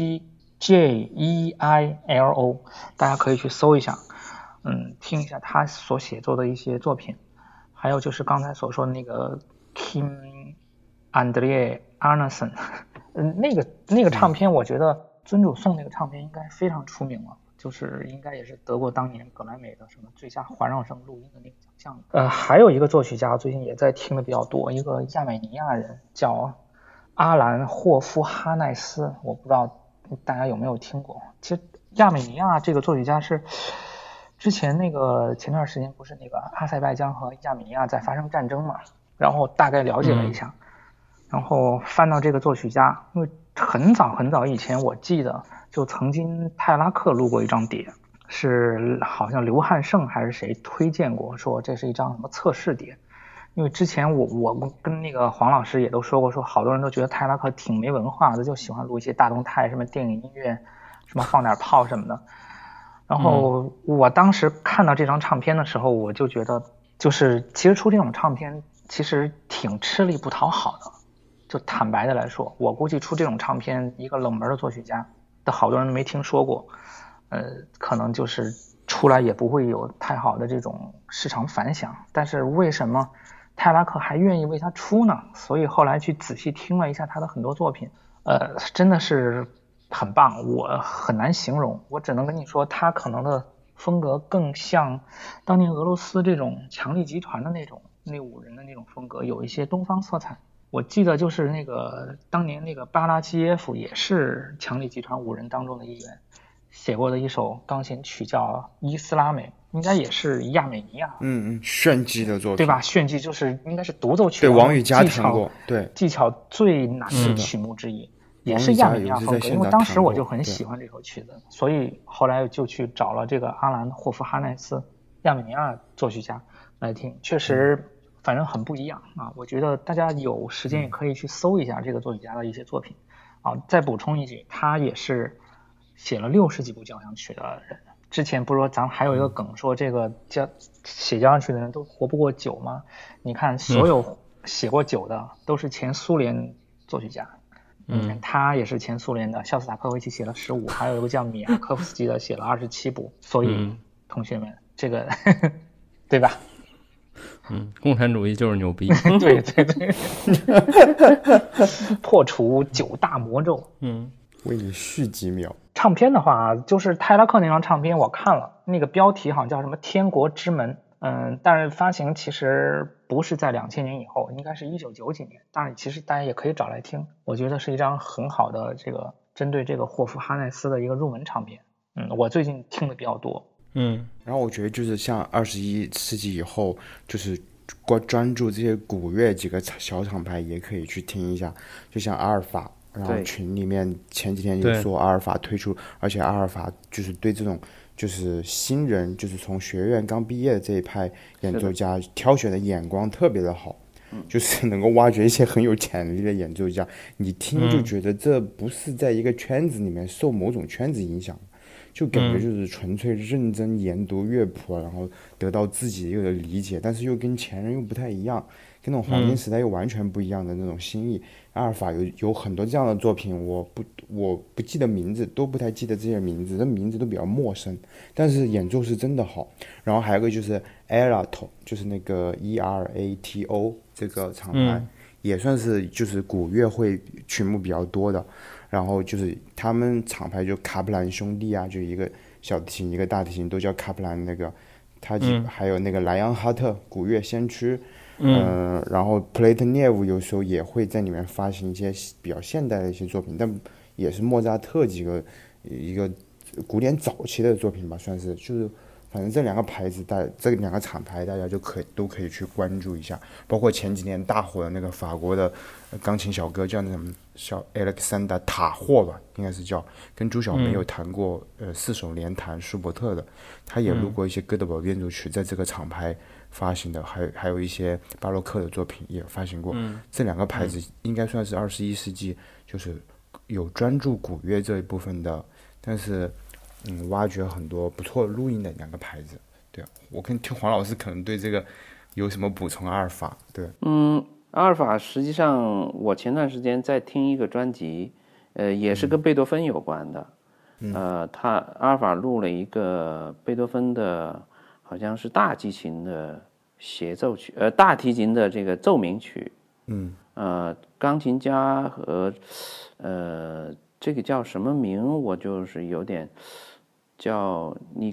GJEILO， 大家可以去搜一下听一下他所写作的一些作品。还有就是刚才所说的那个 King André Arnason， 那个唱片我觉得尊主颂那个唱片应该非常出名了，就是应该也是得过当年格莱美的什么最佳环绕声录音的那个奖项还有一个作曲家最近也在听的比较多，一个亚美尼亚人叫阿兰霍夫哈奈斯，我不知道大家有没有听过。其实亚美尼亚这个作曲家是之前前段时间不是那个阿塞拜疆和亚美尼亚在发生战争嘛，然后大概了解了一下然后翻到这个作曲家，因为很早很早以前我记得就曾经泰拉克录过一张碟，是好像刘汉胜还是谁推荐过，说这是一张什么测试碟。因为之前我跟那个黄老师也都说过，说好多人都觉得泰拉克挺没文化的，就喜欢录一些大动态什么电影音乐，什么放点炮什么的。然后我当时看到这张唱片的时候，我就觉得就是其实出这种唱片其实挺吃力不讨好的，就坦白的来说，我估计出这种唱片一个冷门的作曲家的好多人没听说过，可能就是出来也不会有太好的这种市场反响。但是为什么泰拉克还愿意为他出呢，所以后来去仔细听了一下他的很多作品，真的是很棒，我很难形容，我只能跟你说他可能的风格更像当年俄罗斯这种强力集团的那种那5人的那种风格，有一些东方色彩。我记得就是那个当年那个巴拉基耶夫也是强力集团5人当中的一员，写过的一首钢琴曲叫《伊斯拉美》，应该也是亚美尼亚， 炫技的作品， 对吧？炫技就是应该是独奏曲， 对，王羽佳弹过，对， 技巧最难的曲目之一，也是亚美尼亚风格。因为当时我就很喜欢这首曲子，所以后来就去找了这个阿兰霍夫哈奈斯，亚美尼亚作曲家来听，确实。反正很不一样啊！我觉得大家有时间也可以去搜一下这个作曲家的一些作品啊。再补充一句，他也是写了60几部交响曲的人。之前不是说咱们还有一个梗说这个写交响曲的人都活不过9吗？你看所有写过9的都是前苏联作曲家，他也是前苏联的，肖斯塔科维奇写了15，还有一个叫米亚科夫斯基的写了27部。所以同学们，这个对吧？ 共产主义就是牛逼。 对，破除9大魔咒。 为你续几秒。 唱片的话，就是泰拉克那张唱片我看了，那个标题好像叫什么《天国之门》，但是发行其实不是在2000年以后，应该是1990几年。当然，其实大家也可以找来听，我觉得是一张很好的这个针对这个霍夫哈奈斯的一个入门唱片。我最近听的比较多。 然后我觉得就是像21世纪以后，就是专注这些古乐几个小厂牌也可以去听一下，就像阿尔法，然后群里面前几天就说阿尔法推出，而且阿尔法就是对这种就是新人，就是从学院刚毕业的这一派演奏家挑选的眼光特别的好，就是能够挖掘一些很有潜力的演奏家，你听就觉得这不是在一个圈子里面受某种圈子影响，就感觉就是纯粹认真研读乐谱，然后得到自己一个理解，但是又跟前人又不太一样，跟那种黄金时代又完全不一样的那种新意。阿尔法有很多这样的作品，我不记得名字，都不太记得这些名字，这名字都比较陌生，但是演奏是真的好。然后还有一个就是 Erato， 就是那个 ERATO 这个厂牌，也算是就是古乐会曲目比较多的。然后就是他们厂牌就卡普兰兄弟啊，就一个小提琴一个大提琴都叫卡普兰，那个他还有那个莱昂哈特古乐先驱，然后普雷特涅夫有时候也会在里面发行一些比较现代的一些作品，但也是莫扎特一个古典早期的作品吧，算是就是反正这2个牌子这2个厂牌大家都可以去关注一下，包括前几年大火的那个法国的钢琴小哥叫那什么小 Alexander 塔霍吧，应该是叫，跟朱晓梅有弹过4手联弹舒伯特的，他也录过一些哥德堡变奏曲，在这个厂牌发行的，还有一些巴洛克的作品也发行过。这2个牌子应该算是21世纪就是有专注古乐这一部分的，但是挖掘很多不错的录音的2个牌子。对，我跟听黄老师可能对这个有什么补充？阿尔法，对， 阿尔法实际上我前段时间在听一个专辑，也是跟贝多芬有关的，阿尔法录了一个贝多芬的，好像是大提琴的协奏曲，大提琴的这个奏鸣曲，钢琴家和这个叫什么名，我就是有点叫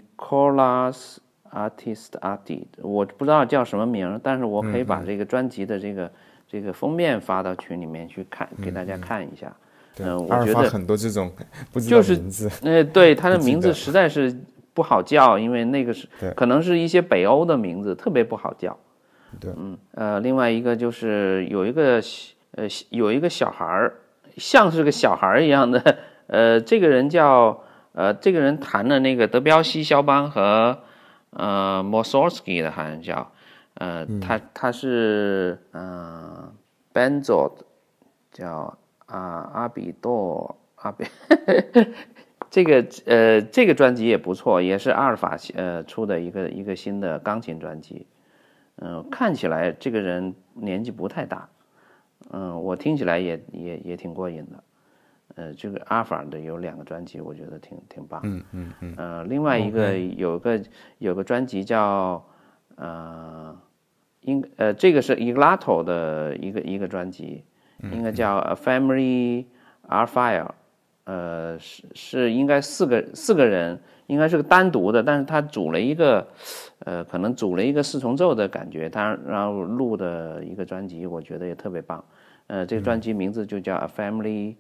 Nicolas Artist， 我不知道叫什么名，但是我可以把这个专辑的这个封面发到群里面去看，给大家看一下。我觉得很多这种不知道名字， 对，他的名字实在是不好叫，因为那个是可能是一些北欧的名字，特别不好叫。 对， 另外一个就是有一个小孩，像是个小孩一样的，这个人弹的那个德彪西肖邦和Mussorgsky 的，好像叫他是Benzo 叫阿比多这个专辑也不错，也是阿尔法出的一个新的钢琴专辑。看起来这个人年纪不太大，我听起来也挺过瘾的。这个阿尔法的有2个专辑，我觉得挺棒。另外一个有个专辑叫这个是 Eglato 的一个专辑，应该叫 A Family Are Fire，是应该四个人，应该是个单独的，但是他组了一个可能组了一个四重奏的感觉，他然后录的一个专辑，我觉得也特别棒。这个专辑名字就叫 A Family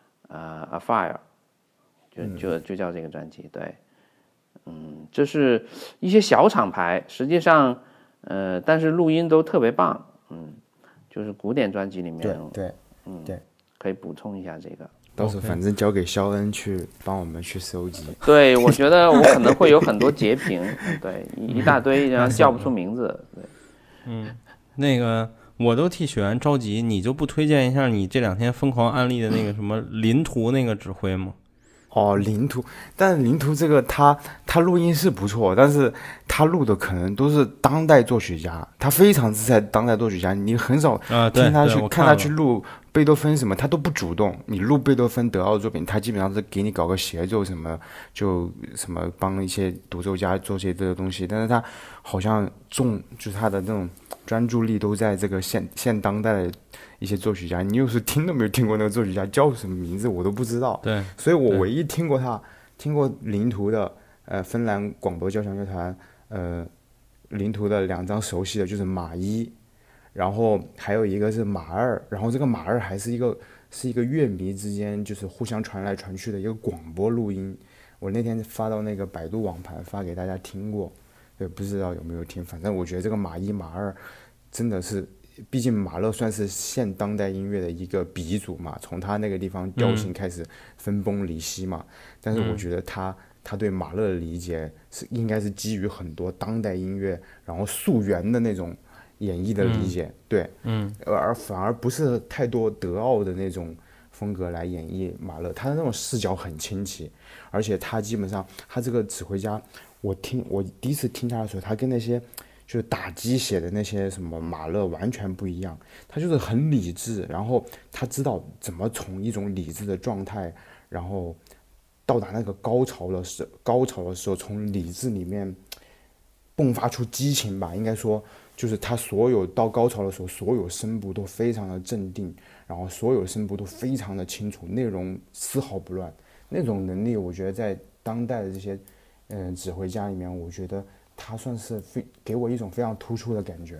A Fire， 就叫这个专辑，对。这是一些小厂牌，实际上，但是录音都特别棒，就是古典专辑里面， 对， 可以补充一下这个。 到时候反正交给肖恩去帮我们去收集。 对，我觉得我可能会有很多截屏，对，一大堆，然后叫不出名字，对。 那个我都替雪原着急，你就不推荐一下你这2天疯狂安利的那个什么林图那个指挥吗？ 林图，但林图这个他录音是不错，但是他录的可能都是当代作曲家，他非常自在当代作曲家，你很少听他去看他去录贝多芬什么，他都不主动。你录贝多芬德奥作品，他基本上是给你搞个协奏什么，就什么帮一些独奏家做些这个东西，但是他好像就是他的那种专注力都在这个现当代的一些作曲家，你有时听都没有听过那个作曲家叫什么名字，我都不知道。 对， 所以我唯一听过林图的芬兰广播交响乐团林图的2张熟悉的就是马1，然后还有一个是马2，然后这个马2还是一个乐迷之间就是互相传来传去的一个广播录音。我那天发到那个百度网盘发给大家听过，对，不知道有没有听。反正我觉得这个马1马2真的是。毕竟马勒算是现当代音乐的一个鼻祖嘛，从他那个地方调性开始分崩离析嘛。但是我觉得他对马勒的理解应该是基于很多当代音乐，然后溯源的那种演绎的理解，对，而反而不是太多德奥的那种风格来演绎马勒，他的那种视角很清奇，而且他基本上他这个指挥家，我第一次听他的时候，他跟那些。就是打鸡血的那些什么马勒完全不一样，他就是很理智，然后他知道怎么从一种理智的状态，然后到达那个高潮的时候，从理智里面迸发出激情吧。应该说，就是他所有到高潮的时候，所有声部都非常的镇定，然后所有声部都非常的清楚，内容丝毫不乱。那种能力，我觉得在当代的这些指挥家里面，我觉得。他算是给我一种非常突出的感觉。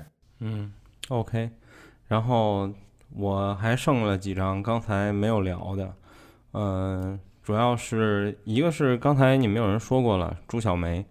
OK， 然后我还剩了几张刚才没有聊的，主要是一个是刚才你们有人说过了，朱小梅，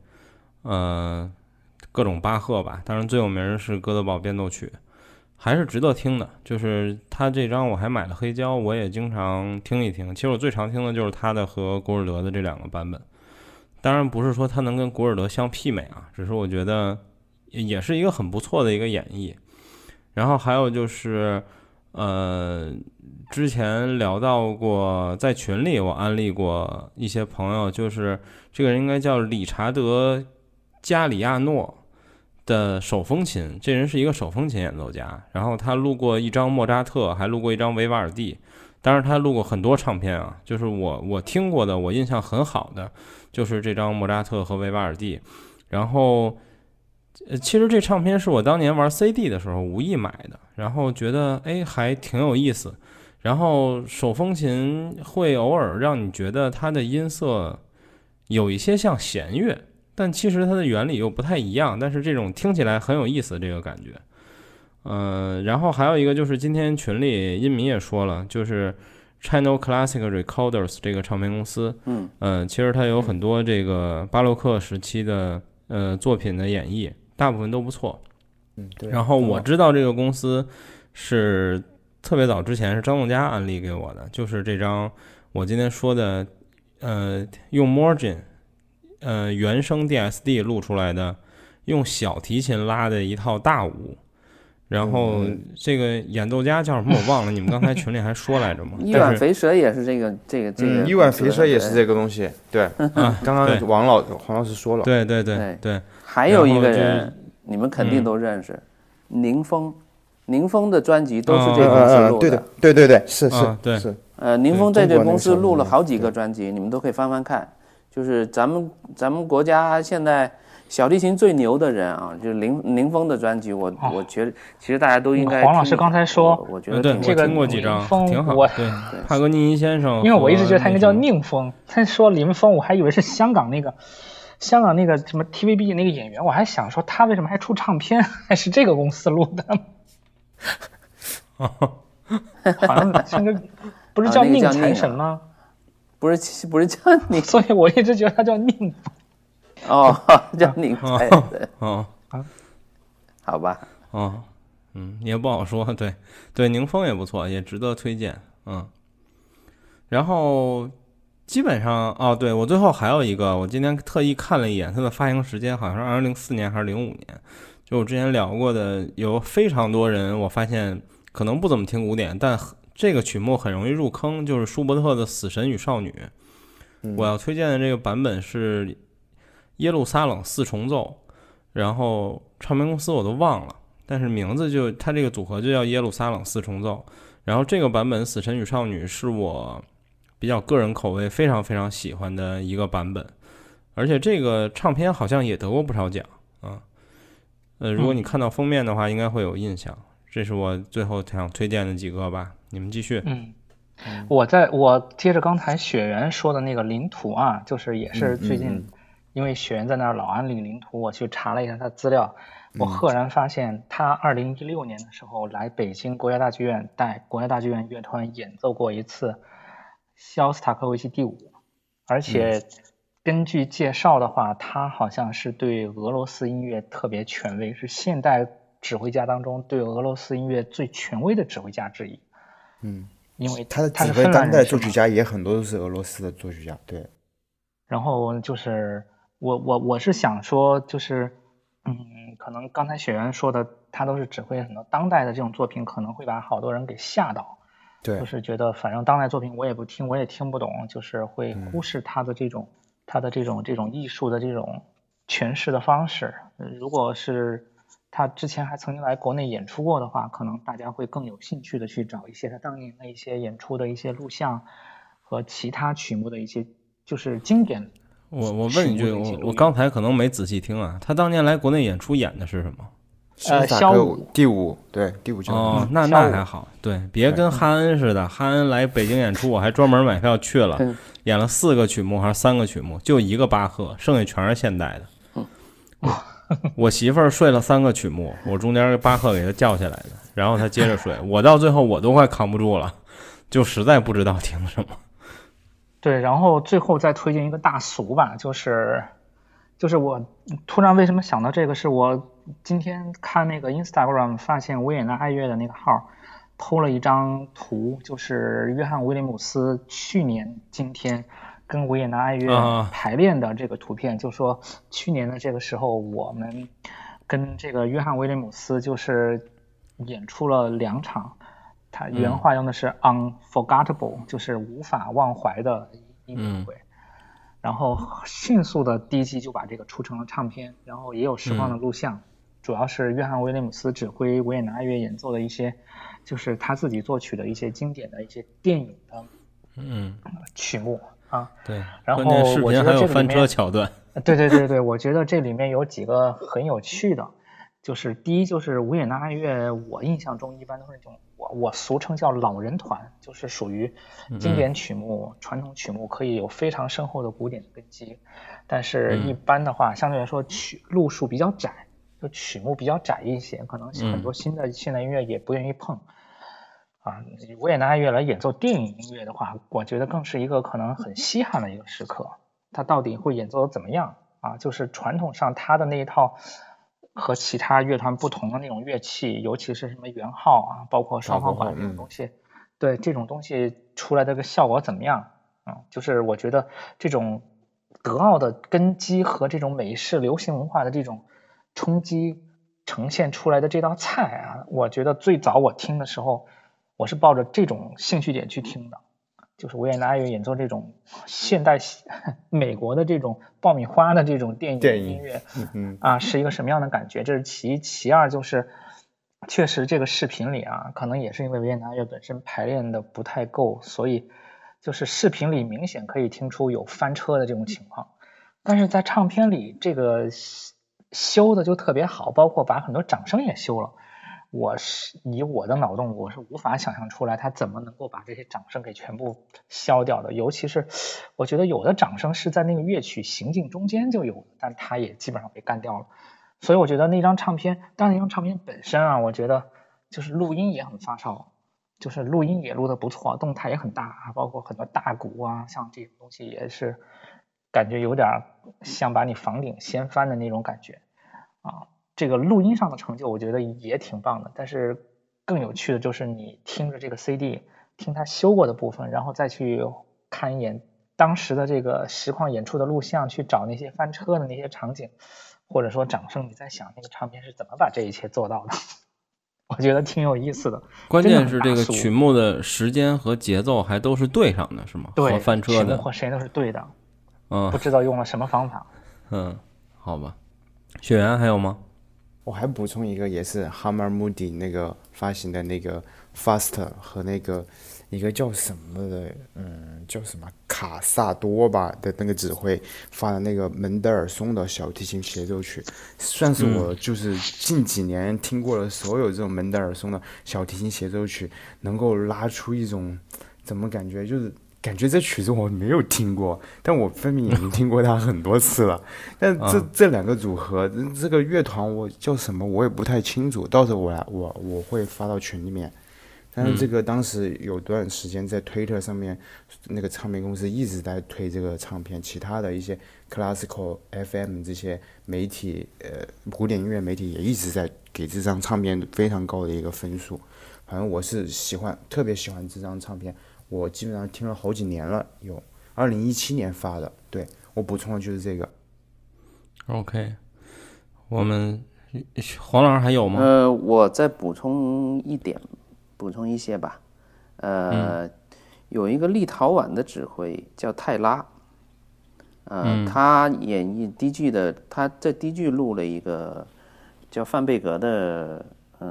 各种巴赫吧，当然最有名是哥德堡变奏曲，还是值得听的。就是他这张我还买了黑胶，我也经常听一听。其实我最常听的就是他的和古尔德的这2个版本。当然不是说它能跟古尔德相媲美啊，只是我觉得也是一个很不错的一个演绎。然后还有就是之前聊到过，在群里我安利过一些朋友，就是这个人应该叫理查德加里亚诺的手风琴，这人是一个手风琴演奏家，然后他录过一张莫扎特，还录过一张维瓦尔第，当然他录过很多唱片啊，就是我听过的，我印象很好的就是这张莫扎特和维瓦尔第。然后其实这唱片是我当年玩 CD 的时候无意买的，然后觉得还挺有意思。然后手风琴会偶尔让你觉得它的音色有一些像弦乐，但其实它的原理又不太一样，但是这种听起来很有意思这个感觉。然后还有一个就是今天群里音迷也说了，就是 Channel Classic Recorders 这个唱片公司，其实它有很多这个巴洛克时期的作品的演绎，大部分都不错。 对。 然后我知道这个公司是特别早之前是张栋佳安利给我的，就是这张我今天说的用 Morgan 原声 DSD 录出来的，用小提琴拉的一套大舞。然后这个演奏家叫什么我忘了，你们刚才群里还说来着吗？ 伊万肥蛇也是这个伊万肥蛇也是这个东西，对，刚刚黄老师说了， 对， 还有一个人你们肯定都认识，宁峰的专辑都是这个公司录的， 对，是， 宁峰在这个公司录了好几个专辑，你们都可以翻翻看。就是咱们国家现在小提琴最牛的人啊，就是林峰的专辑，我觉得其实大家都应该。 黄老师刚才说， 我觉得对， 这个听过几张，挺好。对，帕格尼尼先生， 因为我一直觉得他应该叫宁峰，他说林峰，我还以为是香港那个什么 TVB 那个演员，我还想说他为什么还出唱片，还是这个公司录的。好像像个不是叫宁财神吗？ 不是叫宁， 所以我一直觉得他叫宁。 哦，叫宁财神。 哦， 好吧。 哦，也不好说。对，宁峰也不错，也值得推荐。然后基本上对，我最后还有一个，我今天特意看了一眼，它的发行时间好像是2004年还是05年。就我之前聊过的，有非常多人，我发现可能不怎么听古典，但这个曲目很容易入坑，就是舒伯特的《死神与少女》。我要推荐的这个版本是耶路撒冷四重奏，然后唱片公司我都忘了，但是名字就它这个组合就叫耶路撒冷四重奏。然后这个版本《死神与少女》是我比较个人口味非常非常喜欢的一个版本，而且这个唱片好像也得过不少奖啊。如果你看到封面的话，应该会有印象。这是我最后想推荐的几个吧，你们继续。 我接着刚才雪原说的那个领土啊，就是也是最近，因为雪原在那儿老安利领土，我去查了一下他资料，我赫然发现他2016年的时候来北京国家大剧院带国家大剧院乐团演奏过一次肖斯塔科维奇第5，而且根据介绍的话，他好像是对俄罗斯音乐特别权威，是现代指挥家当中对俄罗斯音乐最权威的指挥家之一。因为他的指挥当代作曲家也很多都是俄罗斯的作曲家，对。 然后就是我是想说，就是可能刚才雪原说的，他都是指挥很多当代的这种作品，可能会把好多人给吓到。 对， 就是觉得反正当代作品我也不听，我也听不懂，就是会忽视他的这种艺术的这种诠释的方式。如果是他之前还曾经来国内演出过的话，可能大家会更有兴趣的去找一些他当年的一些演出的一些录像和其他曲目的一些就是经典。 我问一句，我刚才可能没仔细听啊，他当年来国内演出演的是什么？ 萧武第5，对，第5就那还好，对，别跟哈恩似的，哈恩来北京演出，我还专门买票去了，演了4个曲目还是3个曲目，就1个巴赫，剩下全是现代的。我媳妇儿睡了3个曲目，我中间巴赫给她叫下来的，然后她接着睡，我到最后我都快扛不住了，就实在不知道听什么。 对，然后最后再推荐一个大俗吧，就是我突然为什么想到这个，是我今天看那个 Instagram 发现维也纳爱乐的那个号PO了一张图，就是约翰威廉姆斯去年今天跟维也纳爱乐排练的这个图片，就说去年的这个时候我们跟这个约翰威廉姆斯就是演出了2场，他原话用的是 unforgettable， 就是无法忘怀的音乐会。然后迅速的第一季就把这个出成了唱片，然后也有实况的录像，主要是约翰威廉姆斯指挥维也纳爱乐演奏的一些就是他自己作曲的一些经典的一些电影的曲目啊。 对， 然后我觉得这里面还有翻车桥段。 对，我觉得这里面有几个很有趣的，就是第一就是维也纳爱乐，我印象中一般都是那种我俗称叫老人团，就是属于经典曲目、传统曲目可以有非常深厚的古典的根基，但是一般的话相对来说路数比较窄，就曲目比较窄一些，可能很多新的现代音乐也不愿意碰维也纳爱乐来演奏电影音乐的话，我觉得更是一个可能很稀罕的一个时刻，它到底会演奏的怎么样就是传统上它的那一套和其他乐团不同的那种乐器，尤其是什么圆号包括双簧管这种东西，对这种东西出来的个效果怎么样就是我觉得这种德奥的根基和这种美式流行文化的这种冲击呈现出来的这道菜我觉得最早我听的时候，我是抱着这种兴趣点去听的，就是维也纳爱乐演奏这种现代美国的这种爆米花的这种电影音乐是一个什么样的感觉，这是其一。其二就是确实这个视频里可能也是因为维也纳爱乐本身排练的不太够，所以就是视频里明显可以听出有翻车的这种情况， 但是在唱片里这个修的就特别好，包括把很多掌声也修了。我是以我的脑洞，我是无法想象出来他怎么能够把这些掌声给全部消掉的。尤其是我觉得有的掌声是在那个乐曲行进中间就有的，但他也基本上被干掉了。所以我觉得那张唱片，当然那张唱片本身啊，我觉得就是录音也很发烧，就是录音也录得不错，动态也很大，包括很多大鼓啊，像这种东西也是感觉有点像把你房顶掀翻的那种感觉啊。这个录音上的成就我觉得也挺棒的，但是更有趣的就是你听着这个 CD， 听他修过的部分，然后再去看一眼当时的这个实况演出的录像，去找那些翻车的那些场景，或者说掌声，你在想那个唱片是怎么把这一切做到的。我觉得挺有意思的。 关键是这个曲目的时间和节奏还都是对上的，是吗？ 对， 和翻车的曲目和谁都是对的。不知道用了什么方法。 好吧。雪原还有吗？ 我还补充一个，也是 Hammer Moody 那个发行的那个 Faster 和那个一个叫什么的，叫什么卡萨多吧的那个指挥发的那个门德尔松的小提琴协奏曲，算是我就是近几年听过了所有这种门德尔松的小提琴协奏曲，能够拉出一种怎么感觉，就是感觉这曲子我没有听过，但我分明已经听过它很多次了。但这两个组合，这个乐团我叫什么我也不太清楚，到时候我会发到群里面。但是这个当时有段时间在推特上面，那个唱片公司一直在推这个唱片，其他的一些 classical FM 这些媒体，古典音乐媒体也一直在给这张唱片非常高的一个分数。反正我是特别喜欢这张唱片。我基本上听了好几年了，有2017年发的。对，我补充的就是这个。 OK， 我们黄老师还有吗？ 我再补充一些吧。有一个立陶宛的指挥叫泰拉，他演绎低剧的，他在低剧录了一个叫范贝格的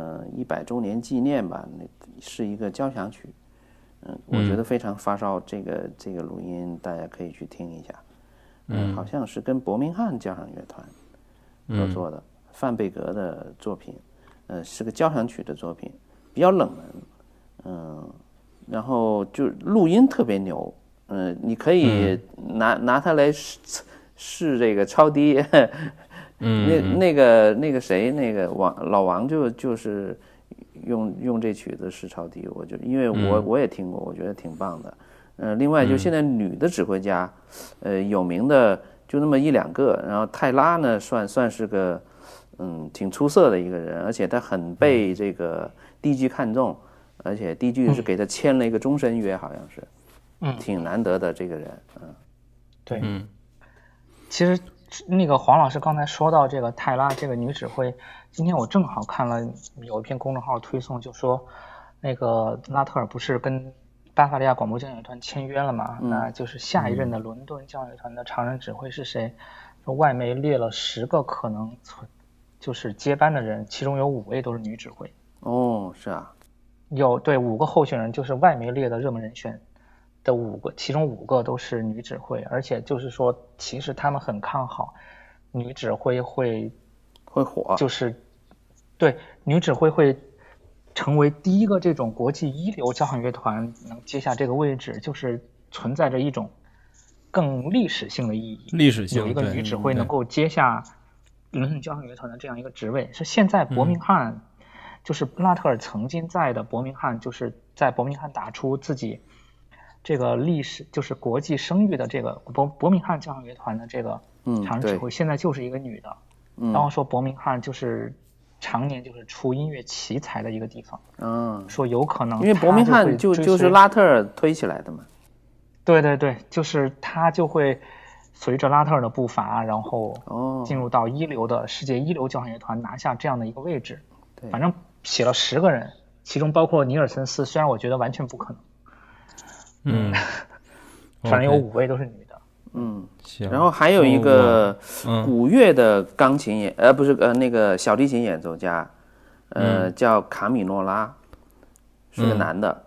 100周年纪念吧，那是一个交响曲。我觉得非常发烧，这个录音大家可以去听一下。好像是跟伯明翰交响乐团合作的，范贝格的作品，是个交响曲的作品，比较冷门，然后就录音特别牛，你可以拿它来试这个超低，那个谁，那个老王就是用这曲子试超低，因为我也听过，我觉得挺棒的。另外就现在女的指挥家，有名的就那么1-2个，然后泰拉呢算是个挺出色的一个人，而且他很被这个DG看中，而且DG是给他签了一个终身约，好像是，挺难得的这个人。 对，其实那个黄老师刚才说到这个泰拉这个女指挥，今天我正好看了有一篇公众号推送，就说那个拉特尔不是跟巴伐利亚广播交响乐团签约了嘛，那就是下一任的伦敦交响乐团的常任指挥是谁？说外媒列了10个可能就是接班的人，其中有5位都是女指挥。 哦，是啊， 对5个候选人，就是外媒列的热门人选的5个，其中5个都是女指挥，而且就是说，其实他们很看好女指挥会火， 就是对女指挥会成为第一个这种国际一流交响乐团能接下这个位置，就是存在着一种更历史性的意义。 历史性有一个女指挥能够接下伦敦交响乐团的这样一个职位，是现在伯明翰，就是拉特尔曾经在的伯明翰，就是在伯明翰打出自己这个历史，就是国际声誉的这个伯明翰交响乐团的这个常任指挥，现在就是一个女的。然后说伯明翰就是常年就是出音乐奇才的一个地方，说有可能因为伯明翰就是拉特尔推起来的嘛。 对，就是他就会随着拉特尔的步伐，然后进入到世界一流交响乐团，拿下这样的一个位置。反正写了10个人，其中包括尼尔森斯，虽然我觉得完全不可能。反正有5位都是女的。 然后还有一个古乐的钢琴不是那个小提琴演奏家，叫卡米诺拉，是个男的。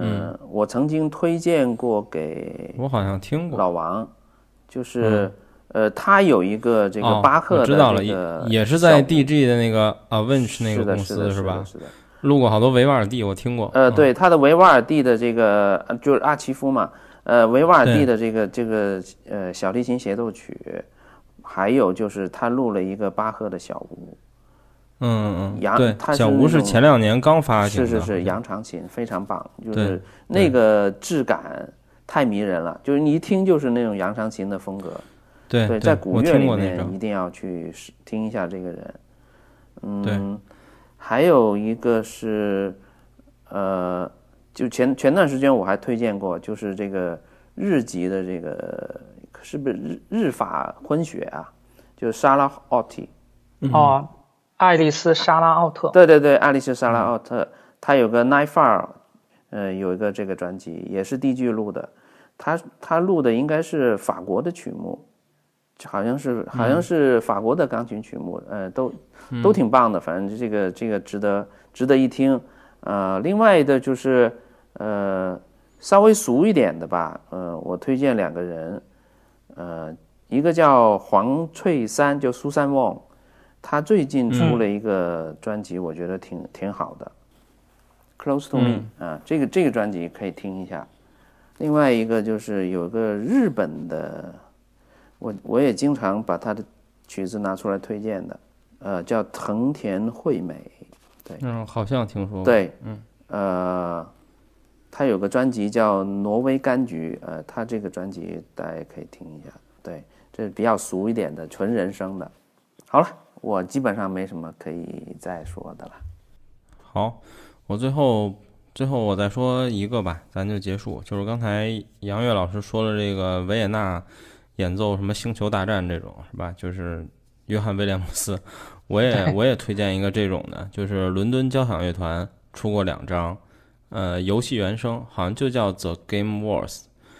我曾经推荐过给我好像听过老王，就是他有一个这个巴赫的知道了， 这个也是在 DG 的那个Winch 那个公司是吧？ 是的。 录过好多维瓦尔第，我听过。 对，他的维瓦尔第的这个就是阿奇夫嘛，维瓦尔第的这个小提琴协奏曲，还有就是他录了一个巴赫的小屋。 对，小屋是前2年刚发行的， 是扬长琴，非常棒，就是那个质感太迷人了，就是你一听就是那种扬长琴的风格。 对， 在古乐里面一定要去听一下这个人。 对。 还有一个是，就前段时间我还推荐过，就是这个日籍的这个是不是日法混血啊？就是莎拉奥蒂。 爱丽丝·莎拉奥特。 对，爱丽丝·莎拉奥特，她有个 Nightfall， 有一个这个专辑也是DG录的，她录的应该是法国的曲目。好像是法国的钢琴曲目，都挺棒的，反正这个值得一听。另外的就是稍微俗一点的吧，我推荐2个人，一个叫黄翠珊，就苏珊旺，他最近出了一个专辑，我觉得挺好的，Close to Me，这个专辑可以听一下。另外一个就是有个日本的。我也经常把他的曲子拿出来推荐的，叫藤田惠美，对， 好像听说过， 对，他有个专辑叫《挪威柑橘》，他这个专辑大家可以听一下，对，这是比较俗一点的，纯人声的。好了，我基本上没什么可以再说的了。 好，我最后我再说一个吧，咱就结束。就是刚才杨越老师说了这个维也纳。演奏什么星球大战这种是吧？就是约翰威廉姆斯，我也推荐一个这种的，就是伦敦交响乐团出过2张，游戏原声好像就叫 The Game Wars，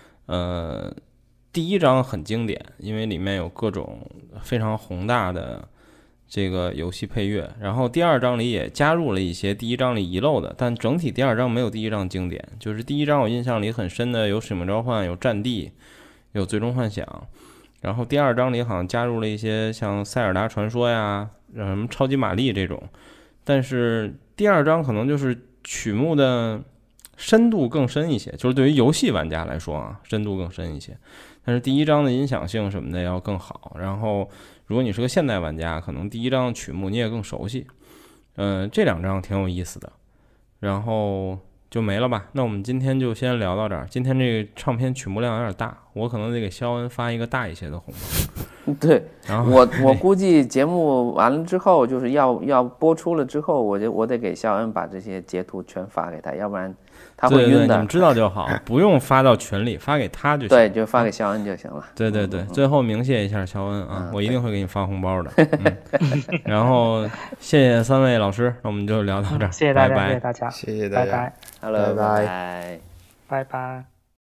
第1张很经典，因为里面有各种非常宏大的这个游戏配乐，然后第2章里也加入了一些第1章里遗漏的，但整体第2章没有第1章经典，就是第1章我印象里很深的有使命召唤，有战地。有最终幻想，然后第2章里好像加入了一些像塞尔达传说呀，什么超级玛丽这种，但是第2章可能就是曲目的深度更深一些，就是对于游戏玩家来说啊，深度更深一些，但是第1章的音响性什么的要更好，然后如果你是个现代玩家，可能第1章的曲目你也更熟悉，这2章挺有意思的，然后就没了吧。那我们今天就先聊到这儿。今天这个唱片曲目量有点大，我可能得给肖恩发一个大一些的红包。 对，然后我估计节目完了之后，就是要播出了之后，我得给肖恩把这些截图全发给他，要不然他会晕的。 对，你们知道就好，不用发到群里，发给他就行。 对，就发给肖恩就行了。 对，最后鸣谢一下肖恩啊，我一定会给你发红包的。然后谢谢3位老师，那我们就聊到这儿。 谢谢大家， 拜拜， 谢谢大家， 谢谢大家， 拜拜 ，Hello， 拜拜， 拜拜。